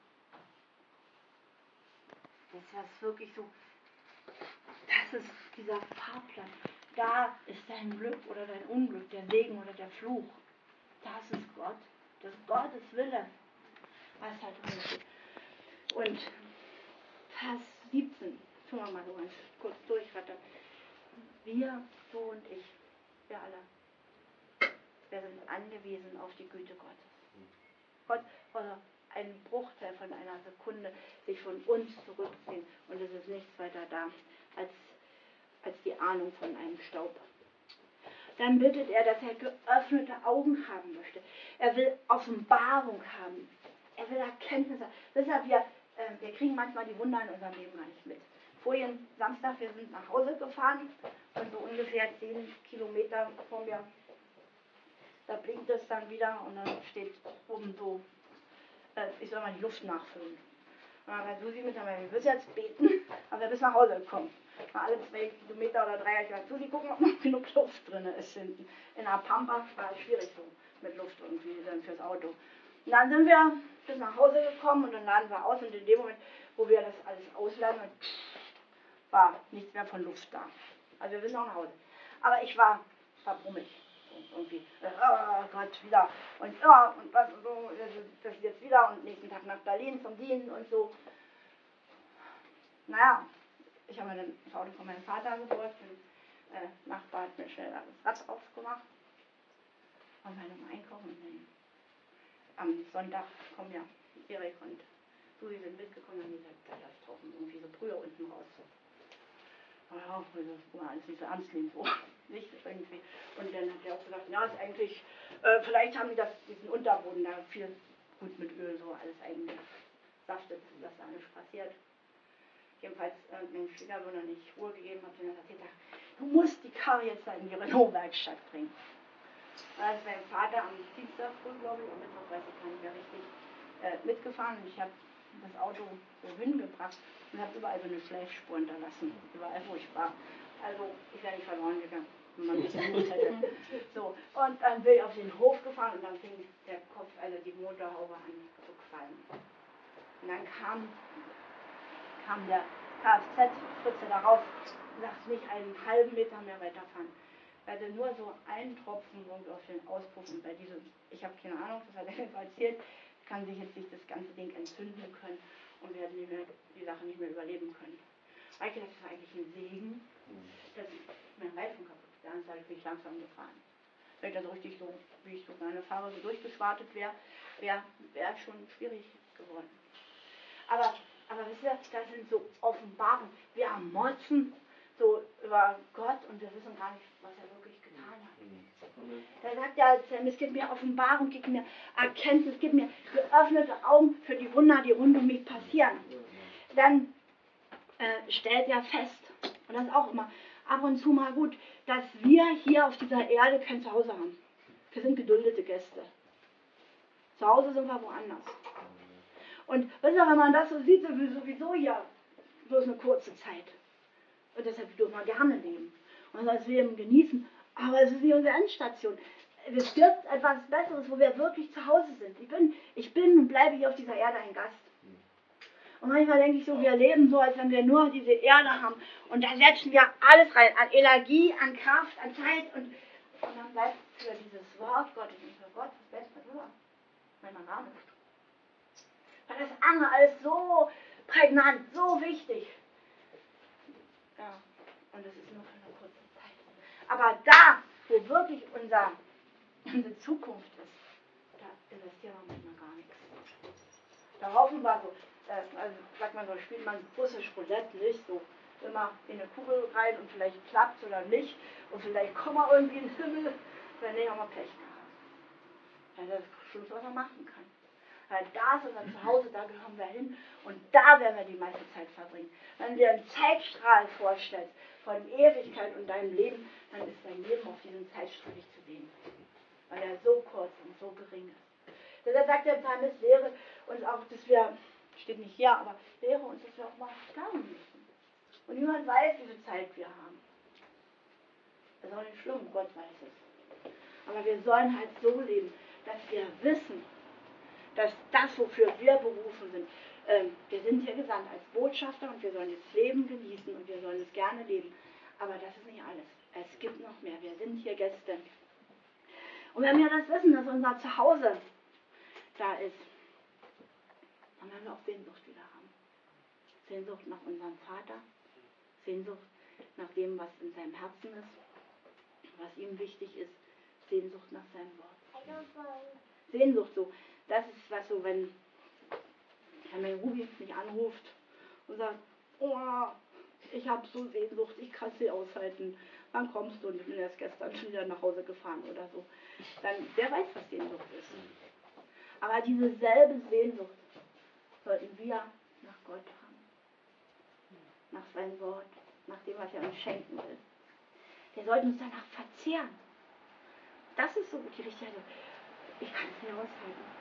Das ist wirklich so, das ist dieser Fahrplan. Da ist dein Glück oder dein Unglück, der Segen oder der Fluch. Das ist Gott. Das ist Gottes Wille. Was halt drin steht. Und Vers 17, tun wir mal so ganz kurz durchrattern. Wir, du und ich, wir alle, wir sind angewiesen auf die Güte Gottes. Gott oder ein Bruchteil von einer Sekunde sich von uns zurückziehen und es ist nichts weiter da als die Ahnung von einem Staub. Dann bittet er, dass er geöffnete Augen haben möchte. Er will Offenbarung haben. Er will Erkenntnisse. Deshalb, wir kriegen manchmal die Wunder in unserem Leben gar nicht mit. Vorigen Samstag, wir sind nach Hause gefahren und so ungefähr 10 Kilometer vor mir, da blinkt es dann wieder und dann steht oben so, ich soll mal die Luft nachfüllen. Und dann hat Susi mit dabei, wir müssen jetzt beten, aber wir bis nach Hause gekommen. Mal alle 2 Kilometer oder 3 habe ich gesagt, Susi, gucken, ob noch genug Luft drin ist hinten. In der Pampa war es schwierig so mit Luft irgendwie dann fürs Auto. Und dann sind wir bis nach Hause gekommen und dann laden wir aus und in dem Moment, wo wir das alles ausladen, war nichts mehr von Luft da. Also wir sind noch nach Hause. Aber ich war brummig. Irgendwie, oh Gott, wieder. Und ja, und was, und so, das ist jetzt wieder und nächsten Tag nach Berlin zum Dienen und so. Naja, ich habe mir dann das Auto von meinem Vater gebracht und Nachbar hat mir schnell das Rad aufgemacht. Und meine einkaufen und dann am Sonntag kommen ja Erik und Susi sind mitgekommen und haben gesagt, da läuft draußen irgendwie so Brühe unten raus. Ja, also kann man alles nicht so ernst nehmen, so. Nicht irgendwie. Und dann hat er auch gesagt, ja, ist eigentlich, vielleicht haben die diesen Unterboden da viel gut mit Öl so alles eingesaftet, dass da nichts passiert. Jedenfalls, mein Schwiegersohn hat nicht Ruhe gegeben, hat mir das erzählt, du musst die Karre jetzt da in die Renault-Werkstatt bringen. Da ist mein Vater am Dienstag früh, glaube ich, am Mittwoch, weiß ich gar nicht mehr richtig, mitgefahren und ich habe das Auto so hingebracht und habe überall so eine Schleifspur hinterlassen, überall wo ich war. Also ich wäre nicht verloren gegangen, wenn man mich gesucht hätte. So, und dann bin ich auf den Hof gefahren und dann fing der Kopf, also die Motorhaube an zu qualmen. Und dann kam der Kfz-Fritze da raus und sagte nicht einen halben Meter mehr weiterfahren. Er hatte nur so einen Tropfen auf den Auspuff und bei diesem, ich habe keine Ahnung, das hat er mir erzählt, kann sich jetzt nicht das ganze Ding entzünden können und wir hätten die Sache nicht mehr überleben können. Da habe ich gedacht, das war eigentlich ein Segen, dass mein Reifen kaputt wäre, dann bin ich langsam gefahren. Wenn ich dann so richtig so, wie ich so gerne fahre, so durchgeschwartet wäre schon schwierig geworden. Aber wisst ihr, das sind so Offenbarungen. Wir motzen so über Gott und wir wissen gar nicht, was er wirklich getan hat. Da sagt er, es gibt mir Offenbarung, gibt mir Erkenntnis, gibt mir geöffnete Augen für die Wunder, die rund um mich passieren. Dann stellt er fest, und das ist auch immer ab und zu mal gut, dass wir hier auf dieser Erde kein Zuhause haben. Wir sind geduldete Gäste. Zu Hause sind wir woanders. Und wisst ihr, wenn man das so sieht, sind wir sowieso hier bloß eine kurze Zeit. Und deshalb dürfen wir gerne leben. Und das Leben genießen. Aber es ist nicht unsere Endstation. Es gibt etwas Besseres, wo wir wirklich zu Hause sind. Ich bin und bleibe hier auf dieser Erde ein Gast. Und manchmal denke ich so, wir leben so, als wenn wir nur diese Erde haben. Und da setzen wir alles rein, an Energie, an Kraft, an Zeit. Und dann bleibt für dieses Wort Gottes und für Gott, was bleibt man über? Manchmal gar nicht. Weil das andere alles so prägnant, so wichtig. Ja, und das ist nur für eine kurze Zeit. Aber da, wo wirklich unsere Zukunft ist, da investieren wir manchmal gar nichts. Da hoffen wir so, also sagt man so, spielt man russisch Roulette, nicht so immer in eine Kugel rein und vielleicht klappt es oder nicht und vielleicht kommen wir irgendwie in den Himmel, dann nehmen wir Pech gehabt. Ja, das ist das Schlimmste, was man machen kann. Weil da ist unser Zuhause, da gehören wir hin und da werden wir die meiste Zeit verbringen. Wenn du dir einen Zeitstrahl vorstellst von Ewigkeit und deinem Leben, dann ist dein Leben auf diesem Zeitstrahl nicht zu sehen. Weil er so kurz und so gering ist. Deshalb sagt der Psalmist, lehre uns auch, dass wir, steht nicht hier, aber lehre uns, dass wir auch mal sterben müssen. Und niemand weiß, wie viel Zeit wir haben. Das ist auch nicht schlimm, Gott weiß es. Aber wir sollen halt so leben, dass wir wissen, dass das, wofür wir berufen sind, wir sind hier gesandt als Botschafter und wir sollen das Leben genießen und wir sollen es gerne leben. Aber das ist nicht alles. Es gibt noch mehr. Wir sind hier Gäste. Und wenn wir das wissen, dass unser Zuhause da ist, dann werden wir auch Sehnsucht wieder haben. Sehnsucht nach unserem Vater, Sehnsucht nach dem, was in seinem Herzen ist, was ihm wichtig ist, Sehnsucht nach seinem Wort. Sehnsucht so. Das ist was so, wenn mein Ruby mich anruft und sagt, oh, ich habe so Sehnsucht, ich kann es nicht aushalten. Wann kommst du? Und ich bin erst gestern wieder nach Hause gefahren oder so. Dann, wer weiß, was Sehnsucht ist. Aber diese selbe Sehnsucht sollten wir nach Gott haben. Nach seinem Wort, nach dem, was er uns schenken will. Wir sollten uns danach verzehren. Das ist so die richtige Haltung. Ich kann es nicht aushalten.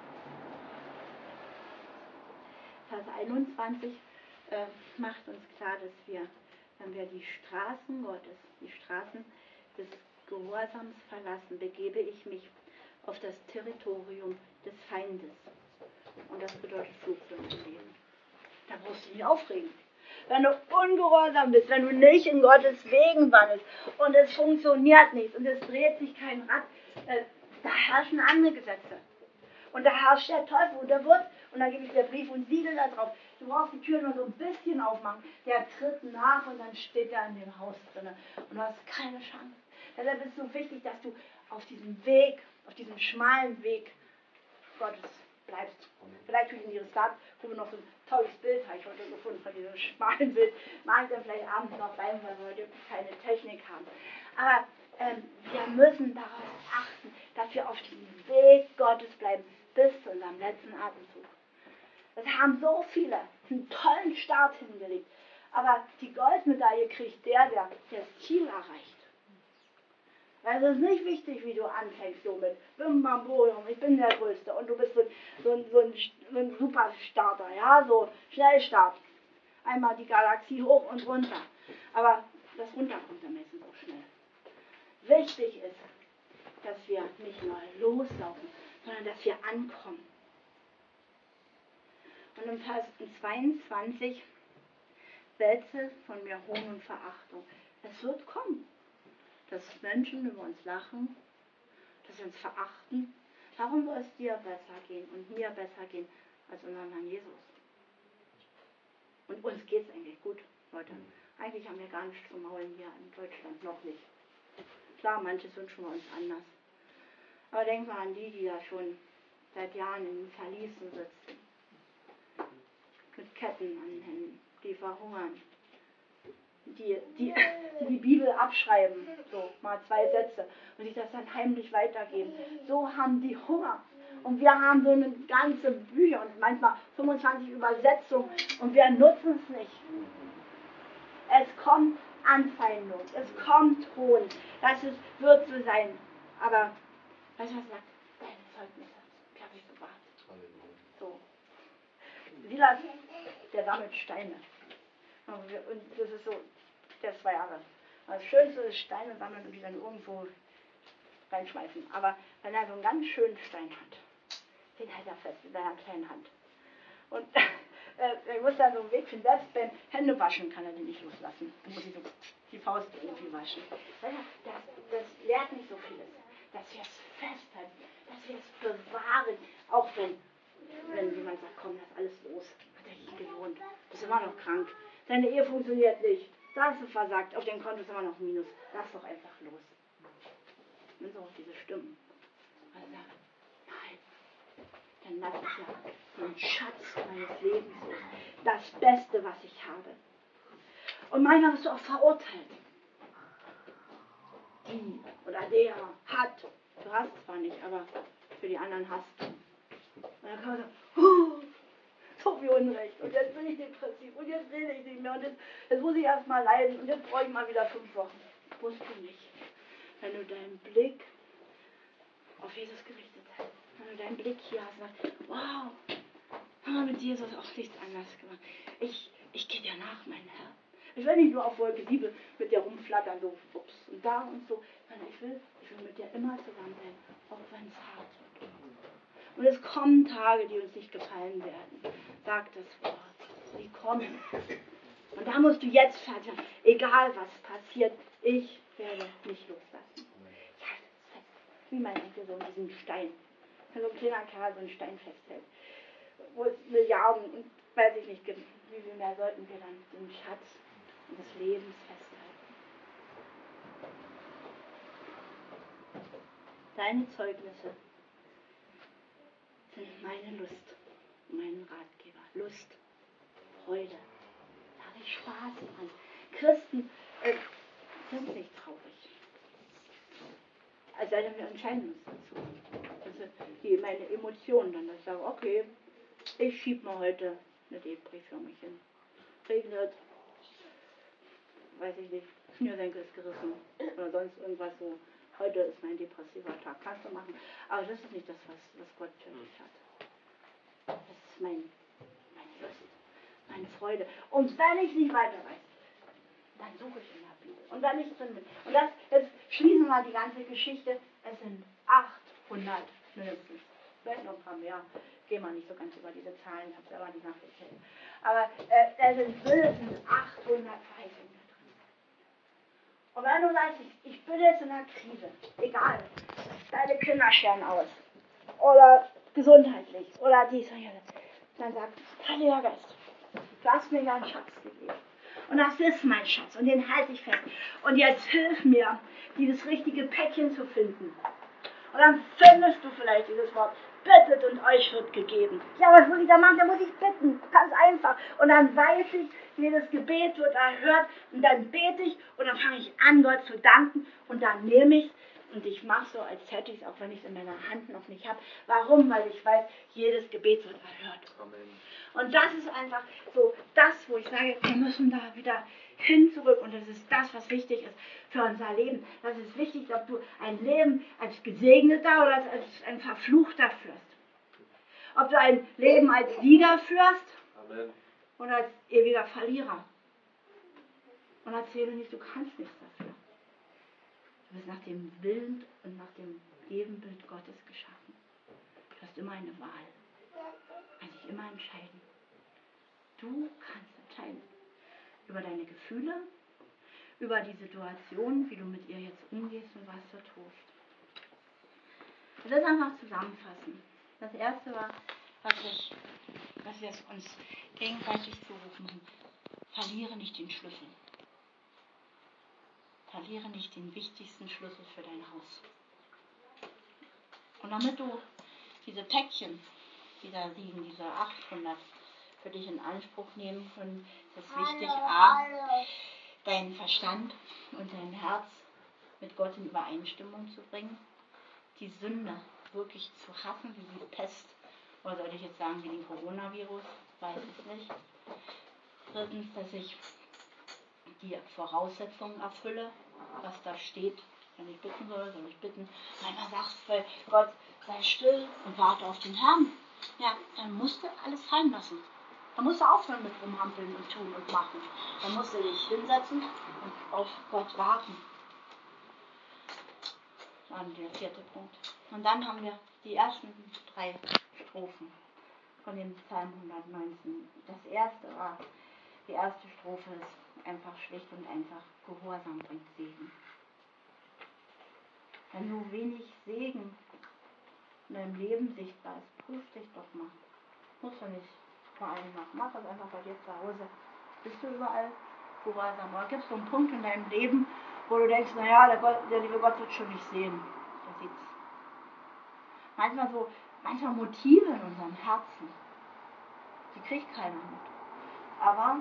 Vers 21 macht uns klar, dass wir, wenn wir die Straßen Gottes, die Straßen des Gehorsams verlassen, begebe ich mich auf das Territorium des Feindes. Und das bedeutet Fluch für mein Leben. Da brauchst du dich nicht aufregen. Wenn du ungehorsam bist, wenn du nicht in Gottes Wegen wandelst und es funktioniert nicht und es dreht sich kein Rad, da herrschen andere Gesetze. Und da herrscht der Teufel und der wird, und dann gebe ich dir Brief und Siegel da drauf. Du brauchst die Tür nur so ein bisschen aufmachen. Der tritt nach und dann steht er in dem Haus drin. Und du hast keine Chance. Deshalb ist es so wichtig, dass du auf diesem Weg, auf diesem schmalen Weg Gottes bleibst. Vielleicht tue ich in ihre Stadt, wo wir noch so ein tolles Bild habe ich heute gefunden von diesem schmalen Bild. Mache ich dann vielleicht abends noch rein, weil wir heute keine Technik haben. Aber wir müssen darauf achten, dass wir auf diesem Weg Gottes bleiben, bis zu unserem letzten Atemzug. Es haben so viele einen tollen Start hingelegt, Aber die Goldmedaille kriegt der das Ziel erreicht. Weil es ist nicht wichtig, wie du anfängst, so mit Bim Bam Boom, ich bin der Größte und du bist so ein Superstarter, ja, so Schnellstart. Einmal die Galaxie hoch und runter. Aber das runter kommt dann meistens auch schnell. Wichtig ist, dass wir nicht nur loslaufen, sondern dass wir ankommen. Und im Vers 22, wälze von mir Hohn und Verachtung. Es wird kommen, dass Menschen über uns lachen, dass sie uns verachten. Warum soll es dir besser gehen und mir besser gehen als unserem Herrn Jesus? Und uns geht es eigentlich gut, Leute. Eigentlich haben wir gar nichts zu maulen hier in Deutschland, noch nicht. Klar, manches wünschen wir uns anders. Aber denk mal an die da schon seit Jahren in den Verließen sitzen. Mit Ketten an den Händen, die verhungern. Die Bibel abschreiben, so mal 2 Sätze, und sich das dann heimlich weitergeben. So haben die Hunger. Und wir haben so eine ganze Bücher und manchmal 25 Übersetzungen und wir nutzen es nicht. Es kommt Anfeindung, es kommt Hohn, wird so sein. Aber, weißt du, was sagt? Deine Zeugnisse, die habe ich bewahrt. So. Silas, der sammelt Steine. Und das ist so, der ist 2 Jahre. Das Schönste ist Steine sammeln und die dann irgendwo reinschmeißen. Aber wenn er so einen ganz schönen Stein hat, den hält er fest in seiner kleinen Hand. Und er muss dann so einen Weg finden. Selbst beim Händewaschen kann er den nicht loslassen. Da muss ich so die Faust irgendwie waschen. Das lehrt nicht so vieles. Dass wir es festhalten, dass wir es bewahren. Auch wenn jemand sagt, komm, lass alles los. Hat er nicht gewohnt. Bist immer noch krank. Deine Ehe funktioniert nicht. Da hast du versagt. Auf dem Konto ist immer noch ein Minus. Lass doch einfach los. Und so diese Stimmen. Also sagt, nein, dann lass ich ja den Schatz meines Lebens los. Das Beste, was ich habe. Und manchmal bist du auch verurteilt. Die oder der hat. Du hast zwar nicht, aber für die anderen hast du. Und dann kann man sagen, so viel Unrecht. Und jetzt bin ich depressiv. Und jetzt rede ich nicht mehr. Und jetzt muss ich erst mal leiden. Und jetzt brauche ich mal wieder 5 Wochen. Musst du nicht. Wenn du deinen Blick auf Jesus gerichtet hast. Wenn du deinen Blick hier hast und sagst, wow, haben wir mit Jesus auch nichts anderes gemacht. Ich gehe dir nach, mein Herr. Ich will nicht nur auf Wolke 7 mit dir rumflattern, so ups und da und so, sondern ich will mit dir immer zusammen sein, auch wenn es hart wird. Und es kommen Tage, die uns nicht gefallen werden. Sagt das Wort. Sie kommen. Und da musst du jetzt fertig sein. Egal was passiert, ich werde nicht loslassen. Ich halte es fest. Wie mein Enkel so diesen Stein. Wenn so ein kleiner Kerl so einen Stein festhält. Wo es Milliarden und weiß ich nicht, wie viel mehr sollten wir dann den Schatz des Lebens festhalten. Deine Zeugnisse sind meine Lust, mein Ratgeber. Lust, Freude. Da habe ich Spaß dran. Christen sind nicht traurig. Es sei denn, wir entscheiden uns dazu. Also meine Emotionen dann, dass ich sage, okay, ich schiebe mal heute eine Depri für mich hin. Regnet, weiß ich nicht, Schnürsenkel ist gerissen oder sonst irgendwas so. Heute ist mein depressiver Tag, kannst du machen. Aber das ist nicht das, was Gott für mich hat. Das ist meine Lust, meine Freude. Und wenn ich nicht weiter weiß, dann suche ich in der Bibel. Und wenn ich drin bin. Und jetzt schließen wir die ganze Geschichte. Es sind 800 mindestens. Vielleicht noch ein paar mehr. Gehen wir nicht so ganz über diese Zahlen, ich habe selber nicht nachgezählt. Aber es sind mindestens 800 Verheißungen da drin. Und wenn du sagst, ich bin jetzt in einer Krise, egal, deine Kinder scheren aus, oder gesundheitlich, oder dies und jenes, dann sagt Heiliger Geist, du hast mir ja einen Schatz gegeben. Und das ist mein Schatz und den halte ich fest. Und jetzt hilf mir, dieses richtige Päckchen zu finden. Und dann findest du vielleicht dieses Wort, bittet und euch wird gegeben. Ja, was muss ich da machen? Da muss ich bitten. Ganz einfach. Und dann weiß ich, jedes Gebet wird erhört. Und dann bete ich und dann fange ich an, Gott zu danken. Und dann nehme ich es und ich mache so, als hätte ich es, auch wenn ich es in meiner Hand noch nicht habe. Warum? Weil ich weiß, jedes Gebet wird erhört. Amen. Und das ist einfach so das, wo ich sage, wir müssen da wieder hin zurück. Und das ist das, was wichtig ist für unser Leben. Das ist wichtig, ob du ein Leben als Gesegneter oder als ein Verfluchter führst. Ob du ein Leben als Sieger führst Amen. oder als ewiger Verlierer. Und erzähle nicht, du kannst nichts dafür. Du bist nach dem Bild und nach dem Ebenbild Gottes geschaffen. Du hast immer eine Wahl. Kannst dich immer entscheiden. Du kannst entscheiden. Über deine Gefühle, über die Situation, wie du mit ihr jetzt umgehst und was du tust. Ich will es einfach zusammenfassen. Das erste war, was wir uns gegenseitig zurufen. Verliere nicht den Schlüssel. Verliere nicht den wichtigsten Schlüssel für dein Haus. Und damit du diese Päckchen, die da liegen, diese 800, für dich in Anspruch nehmen können, ist es wichtig, a, deinen Verstand und dein Herz mit Gott in Übereinstimmung zu bringen, die Sünde wirklich zu hassen, wie die Pest, oder soll ich jetzt sagen, wie den Coronavirus, weiß ich nicht. Drittens, dass ich die Voraussetzungen erfülle, was da steht. Wenn ich bitten soll ich bitten. Manchmal sagst du, Gott, sei still und warte auf den Herrn. Ja, dann musst du alles fallen lassen. Dann musst du aufhören mit rumhampeln und tun und machen. Dann musst du dich hinsetzen und auf Gott warten. Das war der 4. Punkt. Und dann haben wir die ersten 3 Strophen von dem Psalm 119. Das erste war, die erste Strophe ist einfach schlicht und einfach, Gehorsam bringt Segen. Wenn du wenig Segen in deinem Leben sichtbar ist, prüf dich doch mal. Musst du nicht vor allem machen. Mach das einfach bei dir zu Hause. Bist du überall gehorsam? Oder gibt es so einen Punkt in deinem Leben, wo du denkst, naja, der liebe Gott wird schon nicht sehen. Der sieht's. Manchmal Motive in unserem Herzen, die kriegt keiner mit. Aber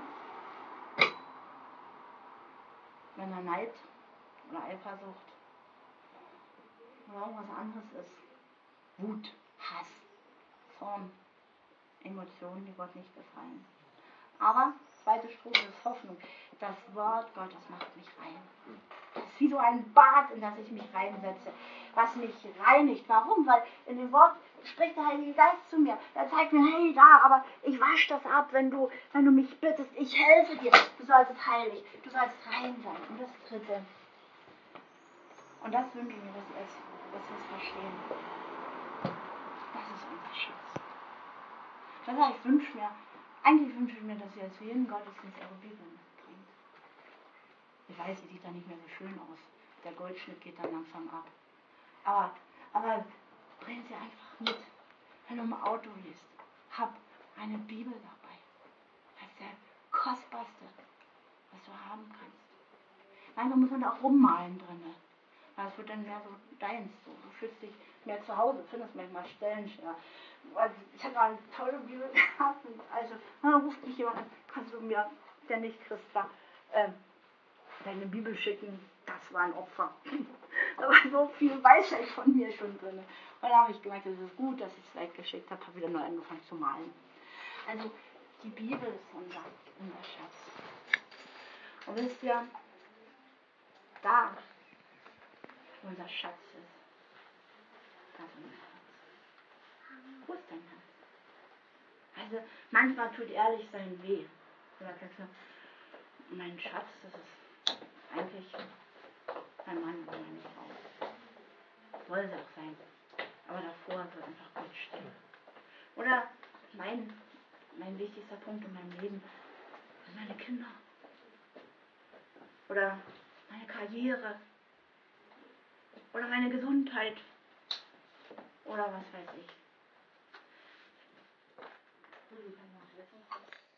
wenn da Neid oder Eifersucht oder irgendwas anderes ist, Wut, Hass, Zorn, Emotionen, die Gott nicht gefallen. Aber, 2. Strophe ist Hoffnung. Das Wort Gottes macht mich rein. Das ist wie so ein Bad, in das ich mich reinsetze, was mich reinigt. Warum? Weil in dem Wort spricht der Heilige Geist zu mir. Er zeigt mir, hey, da, aber ich wasche das ab, wenn du mich bittest. Ich helfe dir. Du sollst heilig, du sollst rein sein. Und das 3. Und das wünsche ich mir, dass wir es verstehen. Das ist unser Schatz. Eigentlich wünsche ich mir, dass ihr zu jedem Gottesdienst eure Bibel mitbringt. Ich weiß, sie sieht da nicht mehr so schön aus. Der Goldschnitt geht dann langsam ab. Aber bring sie einfach mit. Wenn du im Auto liest, hab eine Bibel dabei. Das ist der kostbarste, was du haben kannst. Manchmal muss man da auch rummalen drin. Das wird dann mehr so deins. So. Du fühlst dich mehr zu Hause, findest manchmal Stellen schwer. Also, ich habe eine tolle Bibel gehabt. Und also, dann ruft mich jemand an, kannst du mir, der nicht Christ war, deine Bibel schicken? Das war ein Opfer. Da war so viel Weisheit von mir schon drin. Und dann habe ich gemerkt, es ist gut, dass ich es weggeschickt habe, habe wieder neu angefangen zu malen. Also, die Bibel ist unser Schatz. Und wisst ihr, da unser Schatz ist, da ist unser Herz. Wo ist dein Herz? Also manchmal tut ehrlich sein weh. Du sagst, mein Schatz, das ist eigentlich mein Mann und meine Frau. Soll sie auch sein. Aber davor soll einfach Gott stehen. Oder mein wichtigster Punkt in meinem Leben sind meine Kinder. Oder meine Karriere. Oder meine Gesundheit. Oder was weiß ich.